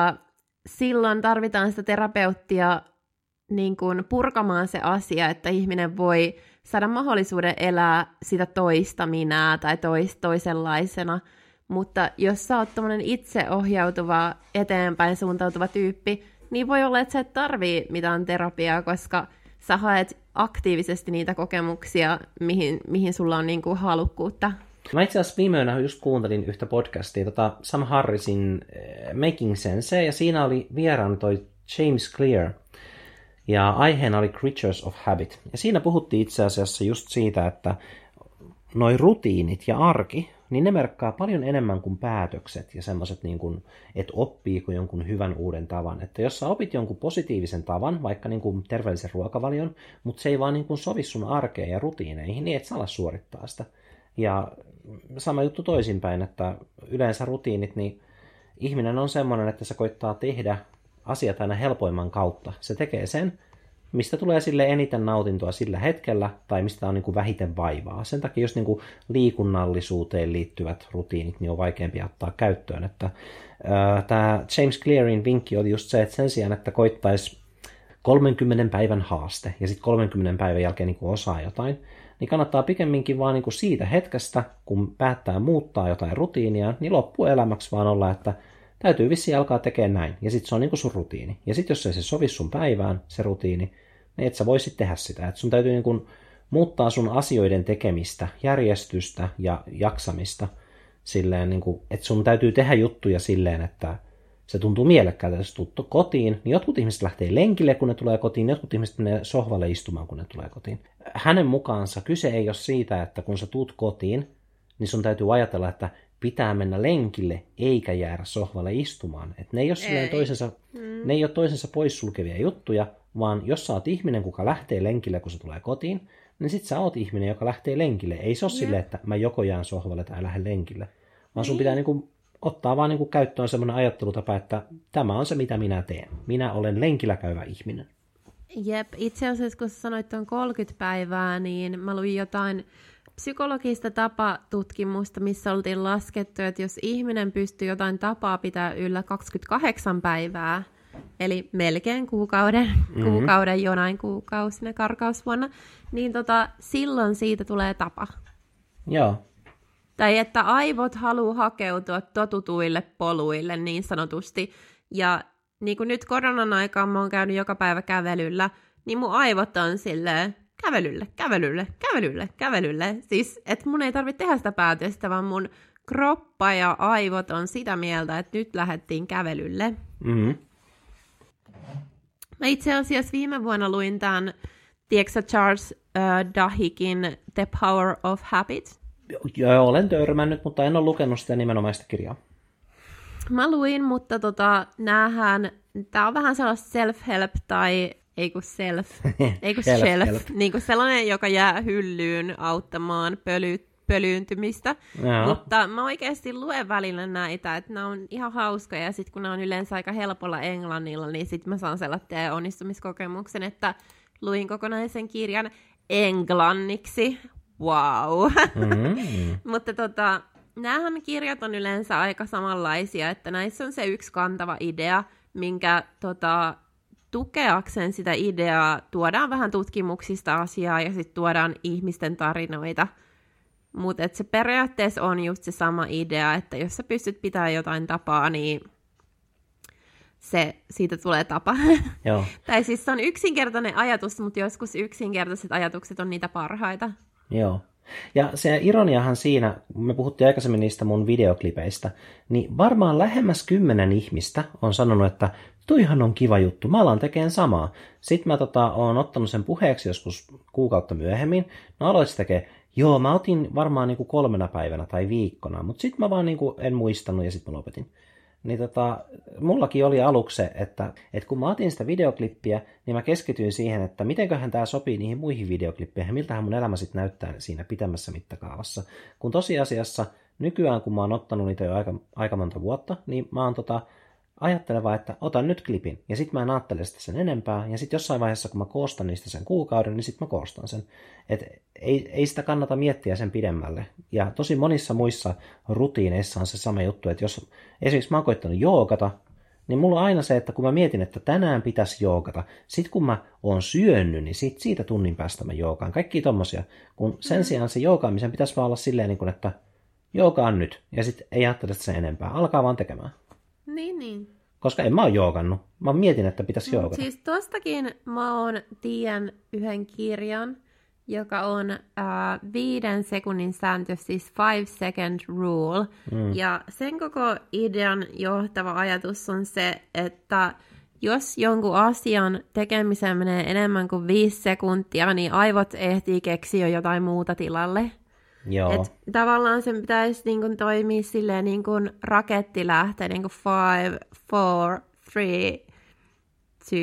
silloin tarvitaan sitä terapeuttia niin kuin purkamaan se asia, että ihminen voi saada mahdollisuuden elää sitä toista minää tai toisenlaisena. Mutta jos sä oot tommonen itseohjautuva, eteenpäin suuntautuva tyyppi, niin voi olla, että sä et tarvii mitään terapiaa, koska sä haet aktiivisesti niitä kokemuksia, mihin sulla on niinku halukkuutta. Mä itse asiassa viime yönä just kuuntelin yhtä podcastia, Sam Harrisin Making Sense, ja siinä oli vieraana toi James Clear, ja aiheena oli Creatures of Habit. Ja siinä puhuttiin itse asiassa just siitä, että noi rutiinit ja arki, niin ne merkkaa paljon enemmän kuin päätökset ja semmoiset, niin kuin, että oppiiko jonkun hyvän uuden tavan. Että jos sä opit jonkun positiivisen tavan, vaikka niin kuin terveellisen ruokavalion, mutta se ei vaan niin kuin sovi sun arkeen ja rutiineihin, niin et saa ala suorittaa sitä. Ja sama juttu toisinpäin, että yleensä rutiinit, niin ihminen on semmoinen, että se koittaa tehdä asiat aina helpoimman kautta. Se tekee sen, mistä tulee sille eniten nautintoa sillä hetkellä, tai mistä on niin kuin vähiten vaivaa. Sen takia just niin kuin liikunnallisuuteen liittyvät rutiinit niin on vaikeampi ottaa käyttöön. Että tämä James Clearin vinkki oli just se, että sen sijaan, että koittaisi 30 päivän haaste, ja sitten 30 päivän jälkeen niin kuin osaa jotain, niin kannattaa pikemminkin vaan niin kuin siitä hetkestä, kun päättää muuttaa jotain rutiinia, niin loppuelämäksi vaan olla, että täytyy vissiin alkaa tekemään näin, ja sitten se on niin kuin sun rutiini. Ja sitten jos ei se sovi sun päivään, se rutiini, niin et sä voi sitten tehdä sitä. Et sun täytyy niin kuin muuttaa sun asioiden tekemistä, järjestystä ja jaksamista silleen, niin kuin, että sun täytyy tehdä juttuja silleen, että se tuntuu mielekkäältä, jos tulet kotiin, niin jotkut ihmiset lähtee lenkille, kun ne tulee kotiin, jotkut ihmiset menee sohvalle istumaan, kun ne tulee kotiin. Hänen mukaansa kyse ei ole siitä, että kun sä tuut kotiin, niin sun täytyy ajatella, että pitää mennä lenkille eikä jäädä sohvalle istumaan. Että ne ei ole ne ei ole toisensa poissulkevia juttuja, vaan jos sä oot ihminen, kuka lähtee lenkille, kun se tulee kotiin, niin sit sä oot ihminen, joka lähtee lenkille. Ei se ole silleen, että mä joko jään sohvalle tai lähden lenkille, vaan sun pitää niinku ottaa vaan niinku käyttöön semmoinen ajattelutapa, että tämä on se, mitä minä teen. Minä olen lenkillä käyvä ihminen. Jep, itse asiassa kun sanoit tuon 30 päivää, niin mä luin jotain psykologista tapatutkimusta, missä oltiin laskettu, että jos ihminen pystyy jotain tapaa pitää yllä 28 päivää, eli melkein kuukauden jonain kuukausina, karkausvuonna, niin silloin siitä tulee tapa. Joo. Tai että aivot haluaa hakeutua totutuille poluille niin sanotusti. Ja niin kuin nyt koronan aikaan mä oon käynyt joka päivä kävelyllä, niin mun aivot on silleen kävelylle. Siis, että mun ei tarvitse tehdä sitä päätöstä, vaan mun kroppa ja aivot on sitä mieltä, että nyt lähdettiin kävelylle. Mm-hmm. Mä itse asiassa viime vuonna luin tämän, tiedätkö Charles Duhiggin The Power of Habit? Joo, olen törmännyt, mutta en ole lukenut sitä nimenomaista kirjaa. Mä luin, mutta tää on vähän sellaista self-help tai shelf, niin kuin sellainen, joka jää hyllyyn auttamaan pölyyntymistä. Mutta mä oikeasti luen välillä näitä, että nämä on ihan hauskoja, ja sitten kun ne on yleensä aika helpolla englannilla, niin sitten mä saan sellaisen onnistumiskokemuksen, että luin kokonaisen kirjan. englanniksi. Wow. Mm. Mutta näähän kirjat on yleensä aika samanlaisia, että näissä on se yksi kantava idea, minkä tukeakseen sitä ideaa tuodaan vähän tutkimuksista asiaa ja sitten tuodaan ihmisten tarinoita. Mutta se periaatteessa on just se sama idea, että jos sä pystyt pitämään jotain tapaa, niin siitä tulee tapa. Joo. Tai siis se on yksinkertainen ajatus, mutta joskus yksinkertaiset ajatukset on niitä parhaita. Joo. Ja se ironiahan siinä, me puhuttiin aikaisemmin niistä mun videoklipeistä, niin varmaan lähemmäs 10 ihmistä on sanonut, että toihan on kiva juttu, mä alan tekemään samaa. Sitten mä oon ottanut sen puheeksi joskus kuukautta myöhemmin, mä aloin tekemään, joo mä otin varmaan niin kuin 3 päivänä tai viikkona, mutta sitten mä vaan niin kuin en muistanut ja sitten mä lopetin. Niin mullakin oli aluksi se, että kun mä otin sitä videoklippiä, niin mä keskityin siihen, että mitenköhän tämä sopii niihin muihin videoklippeihin, miltähän mun elämä sitten näyttää siinä pitemmässä mittakaavassa. Kun tosiasiassa nykyään, kun mä oon ottanut niitä jo aika monta vuotta, niin mä oon ajatteleva, että otan nyt klipin, ja sitten mä en ajattele sitä sen enempää, ja sitten jossain vaiheessa, kun mä koostan niistä sen kuukauden, niin sitten mä koostan sen. Et ei sitä kannata miettiä sen pidemmälle. Ja tosi monissa muissa rutiineissa on se sama juttu, että jos esimerkiksi mä oon koittanut joogata, niin mulla on aina se, että kun mä mietin, että tänään pitäisi joogata, sitten kun mä oon syönyt, niin siitä tunnin päästä mä joogaan. Kaikki tommosia. Kun sen sijaan se joogaamisen pitäisi vaan olla silleen, niin kuin, että joogaan nyt, ja sitten ei ajattele sen enempää. Alkaa vaan tekemään. Niin. Koska en mä ole joogannut. Mä mietin, että pitäisi joogata. Siis tostakin mä tiedän yhden kirjan, joka on 5 sekunnin sääntö, siis 5 second rule. Ja sen koko idean johtava ajatus on se, että jos jonkun asian tekemiseen menee enemmän kuin 5 sekuntia, niin aivot ehtii keksiä jo jotain muuta tilalle. Joo. Et tavallaan sen pitäisi niin kun toimia silleen niin kun raketti lähtee niin kun 5, 4, 3, 2,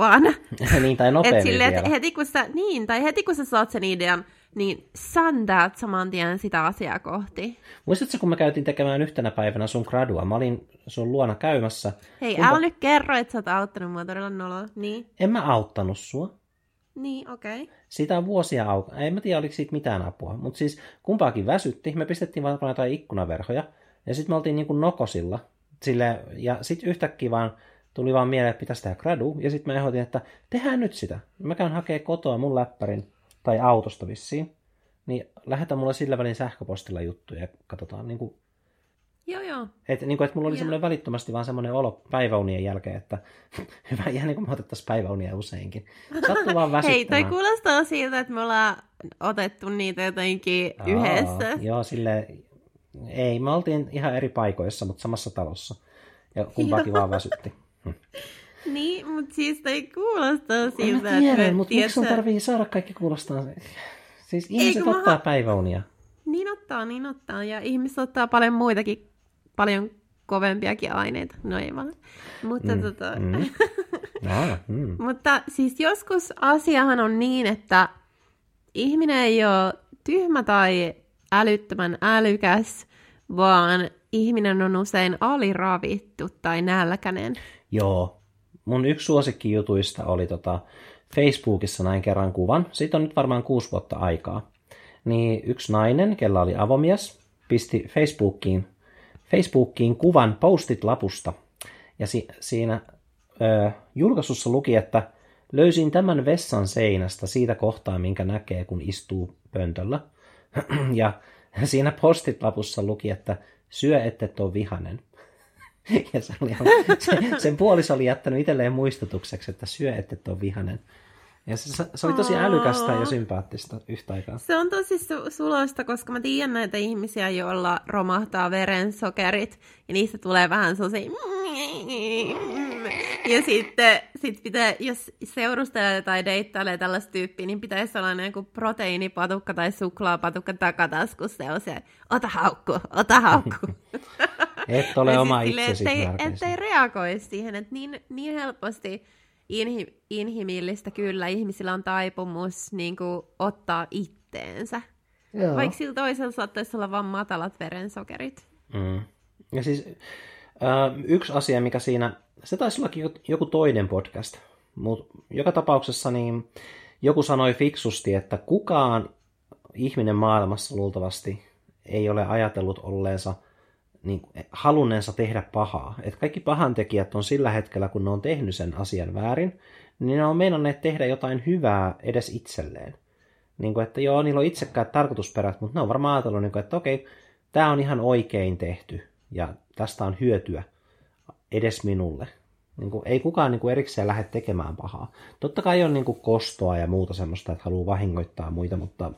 1. Niin, tai nopeammin silleen, vielä. heti kun sä saat sen idean, niin säntäät saman tien sitä asiaa kohti. Muistatko, kun me käytiin tekemään yhtenä päivänä sun gradua? Mä olin sun luona käymässä. Hei, älä nyt kerro, että sä oot auttanut mua todella noloa. Niin. En mä auttanut sua. Niin, okei. Okay. Siitä on vuosia en mä tiedä, oliko siitä mitään apua. Mutta siis kumpaakin väsytti. Me pistettiin vaan jotain ikkunaverhoja. Ja sitten me oltiin niin kuin nokosilla. Ja sitten yhtäkkiä tuli vaan mieleen, että pitäisi tehdä gradu. Ja sitten mä ehdotin, että tehdään nyt sitä. Mä käyn hakemaan kotoa mun läppärin tai autosta vissiin. Niin lähetä mulle sillä välin sähköpostilla juttuja ja katsotaan. Niin kuin, Joo. että mulla oli semmoinen välittömästi vaan semmoinen olo päiväunien jälkeen, että hyvä ihan niin kuin me otettaisiin päiväunia useinkin. Sattuu vaan väsyttämään. Hei, toi kuulostaa siltä, että me ollaan otettu niitä jotenkin yhdessä. Joo, silleen, ei, me oltiin ihan eri paikoissa, mutta samassa talossa. Ja kumpaakin vaan väsytti. Niin, mutta siis toi kuulostaa siltä, mä tiedän, mutta miksi sun tarvii saada kaikki kuulostaa? Siis ihmiset ottaa päiväunia. Niin ottaa. Ja ihmiset ottaa paljon muitakin, paljon kovempiakin aineita. No ei vaan. Mutta Mutta siis joskus asiahan on niin, että ihminen ei ole tyhmä tai älyttömän älykäs, vaan ihminen on usein aliravittu tai nälkäinen. Joo. Mun yksi suosikkijutuista oli Facebookissa näin kerran kuvan. Siitä on nyt varmaan 6 vuotta aikaa. Niin yksi nainen, kella oli avomies, pisti Facebookiin kuvan postit-lapusta. Ja siinä julkaisussa luki, että löysin tämän vessan seinästä siitä kohtaa, minkä näkee, kun istuu pöntöllä. Ja siinä postit-lapussa luki, että syö, ettet ole vihanen. Ja sen puoliso oli jättänyt itselleen muistutukseksi, että syö, ettet ole vihanen. Ja se oli tosi älykästä ja sympaattista yhtä aikaa. Se on tosi suloista, koska mä tiedän näitä ihmisiä, joilla romahtaa verensokerit. Ja niistä tulee vähän sellaisia... Ja sitten pitää, jos seurustelee tai deittailee tällaista tyyppiä, niin pitäisi olla joku proteiinipatukka tai suklaapatukka takataskussa. Ja se, ota haukku. Et ole oma itsesi. Ettei reagoi siihen, että niin helposti... Inhimillistä kyllä, ihmisillä on taipumus niin kuin, ottaa itteensä. Joo. Vaikka sillä toisella saattaisi olla vain matalat verensokerit. Ja siis yksi asia, mikä siinä, se taisi olla joku toinen podcast, mutta joka tapauksessa niin joku sanoi fiksusti, että kukaan ihminen maailmassa luultavasti ei ole ajatellut olleensa niin halunneensa tehdä pahaa. Että kaikki pahantekijät on sillä hetkellä, kun ne on tehnyt sen asian väärin, niin ne on meinanneet tehdä jotain hyvää edes itselleen. Niin kuin, että joo, niillä on itsekkäät tarkoitusperät, mutta ne on varmaan ajatellut, niin kuin, että okei, tämä on ihan oikein tehty ja tästä on hyötyä edes minulle. Niin kuin, ei kukaan niin kuin erikseen lähde tekemään pahaa. Totta kai on niin kuin kostoa ja muuta semmoista, että haluaa vahingoittaa muita, mutta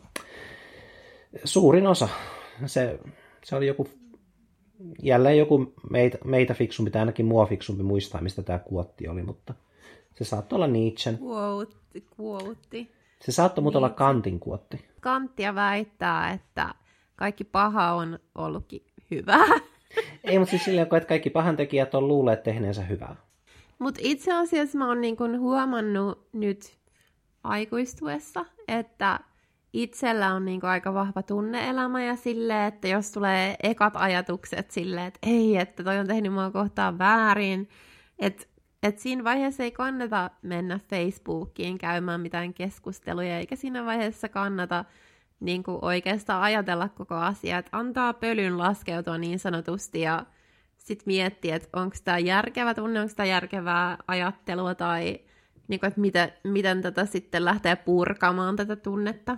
suurin osa, se oli jälleen joku meitä fiksumpi, tai ainakin mua fiksumpi muistaa, mistä tämä kuotti oli, mutta se saattoi olla Nietzschen. Kuotti. Se saattoi muuten olla Kantin kuotti. Kanttia väittää, että kaikki paha on ollutkin hyvää. Ei, mutta siis silleen, että kaikki pahantekijät on luulleet tehneensä hyvää. Mutta itse asiassa mä oon niinku huomannut nyt aikuistuessa, että itsellä on niinku aika vahva tunne-elämä ja silleen, että jos tulee ekat ajatukset silleen, että ei, että toi on tehnyt mua kohtaan väärin, että siinä vaiheessa ei kannata mennä Facebookiin käymään mitään keskusteluja, eikä siinä vaiheessa kannata niinku oikeastaan ajatella koko asiaa, että antaa pölyn laskeutua niin sanotusti ja sitten miettiä, että onko tämä järkevä tunne, onko tämä järkevää ajattelua tai niinku, että miten tätä sitten lähtee purkamaan tätä tunnetta.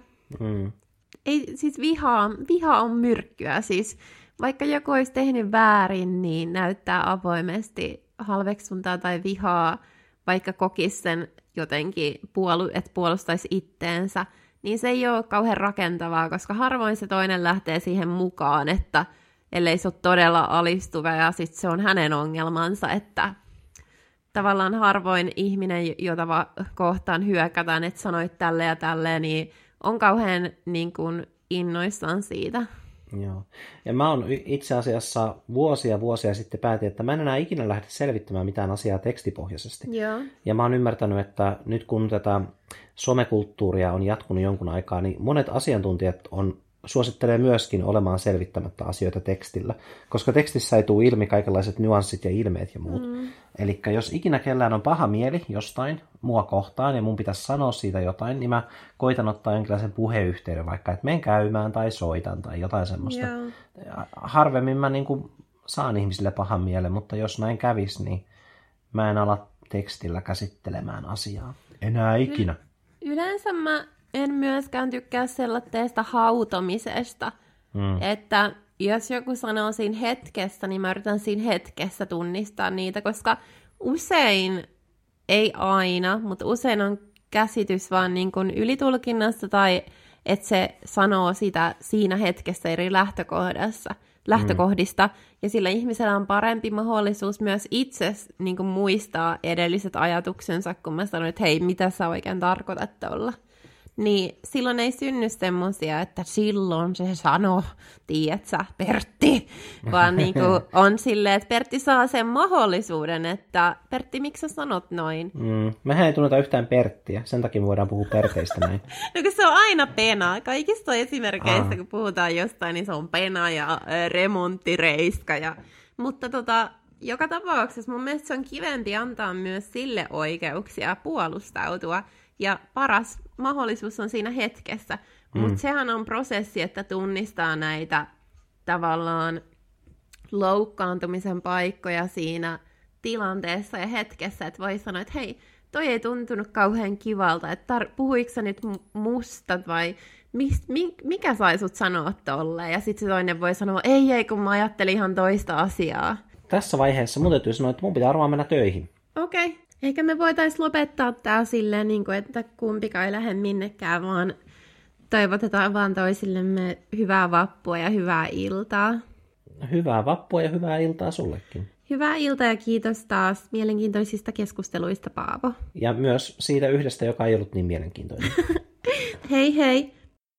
Ei, siis viha on myrkkyä. Siis, vaikka joku olisi tehnyt väärin, niin näyttää avoimesti halveksuntaa tai vihaa, vaikka kokisi sen jotenkin, että puolustaisi itteensä, niin se ei ole kauhean rakentavaa, koska harvoin se toinen lähtee siihen mukaan, että ellei se ole todella alistuva ja sitten se on hänen ongelmansa, että tavallaan harvoin ihminen, jota kohtaan hyökätään, että sanoit tälle ja tälleen, niin on kauhean niin kuin innoissaan siitä. Joo. Ja mä oon itse asiassa vuosia sitten päätin, että mä en enää ikinä lähde selvittämään mitään asiaa tekstipohjaisesti. Joo. Ja mä oon ymmärtänyt, että nyt kun tätä somekulttuuria on jatkunut jonkun aikaa, niin monet asiantuntijat suosittelee myöskin olemaan selvittämättä asioita tekstillä, koska tekstissä ei tule ilmi kaikenlaiset nyanssit ja ilmeet ja muut. Eli jos ikinä kellään on paha mieli jostain mua kohtaan ja mun pitäisi sanoa siitä jotain, niin mä koitan ottaa jonkinlaisen puheyhteyden, vaikka että menen käymään tai soitan tai jotain semmoista. Harvemmin mä niin kuin saan ihmisille pahan mielen, mutta jos näin kävisi, niin mä en ala tekstillä käsittelemään asiaa. Enää ikinä. Yleensä mä en myöskään tykkää sellaisesta hautomisesta, että jos joku sanoo siinä hetkessä, niin mä yritän siinä hetkessä tunnistaa niitä, koska usein, ei aina, mutta usein on käsitys vaan niin kuin ylitulkinnasta tai että se sanoo sitä siinä hetkessä eri lähtökohdista, ja sillä ihmisellä on parempi mahdollisuus myös itse niin kuin muistaa edelliset ajatuksensa, kun mä sanon, että hei, mitä sä oikein tarkoitat tuolla. Niin silloin ei synny semmoisia, että silloin se sanoo, tiedät sä, Pertti, vaan niinku on silleen, että Pertti saa sen mahdollisuuden, että Pertti, miksi sä sanot noin? Mehän ei tunneta yhtään Perttiä, sen takia me voidaan puhua Perteistä näin. No kun se on aina pena. Kaikista esimerkkeistä, kun puhutaan jostain, niin se on pena ja remonttireiska. Mutta joka tapauksessa mun mielestä se on kivempi antaa myös sille oikeuksia puolustautua. Ja paras mahdollisuus on siinä hetkessä. Mutta sehän on prosessi, että tunnistaa näitä tavallaan loukkaantumisen paikkoja siinä tilanteessa ja hetkessä. Että voi sanoa, että hei, toi ei tuntunut kauhean kivalta. Että puhuiko sä nyt musta vai mikä sai sut sanoa tolleen? Ja sitten se toinen voi sanoa, ei, kun mä ajattelin ihan toista asiaa. Tässä vaiheessa mun täytyy sanoa, että mun pitää varmaan mennä töihin. Okei. Eikä me voitaisiin lopettaa tää silleen, että kumpikaan ei lähde minnekään, vaan toivotetaan vaan toisillemme hyvää vappua ja hyvää iltaa. Hyvää vappua ja hyvää iltaa sullekin. Hyvää iltaa ja kiitos taas mielenkiintoisista keskusteluista, Paavo. Ja myös siitä yhdestä, joka ei ollut niin mielenkiintoinen. Hei hei!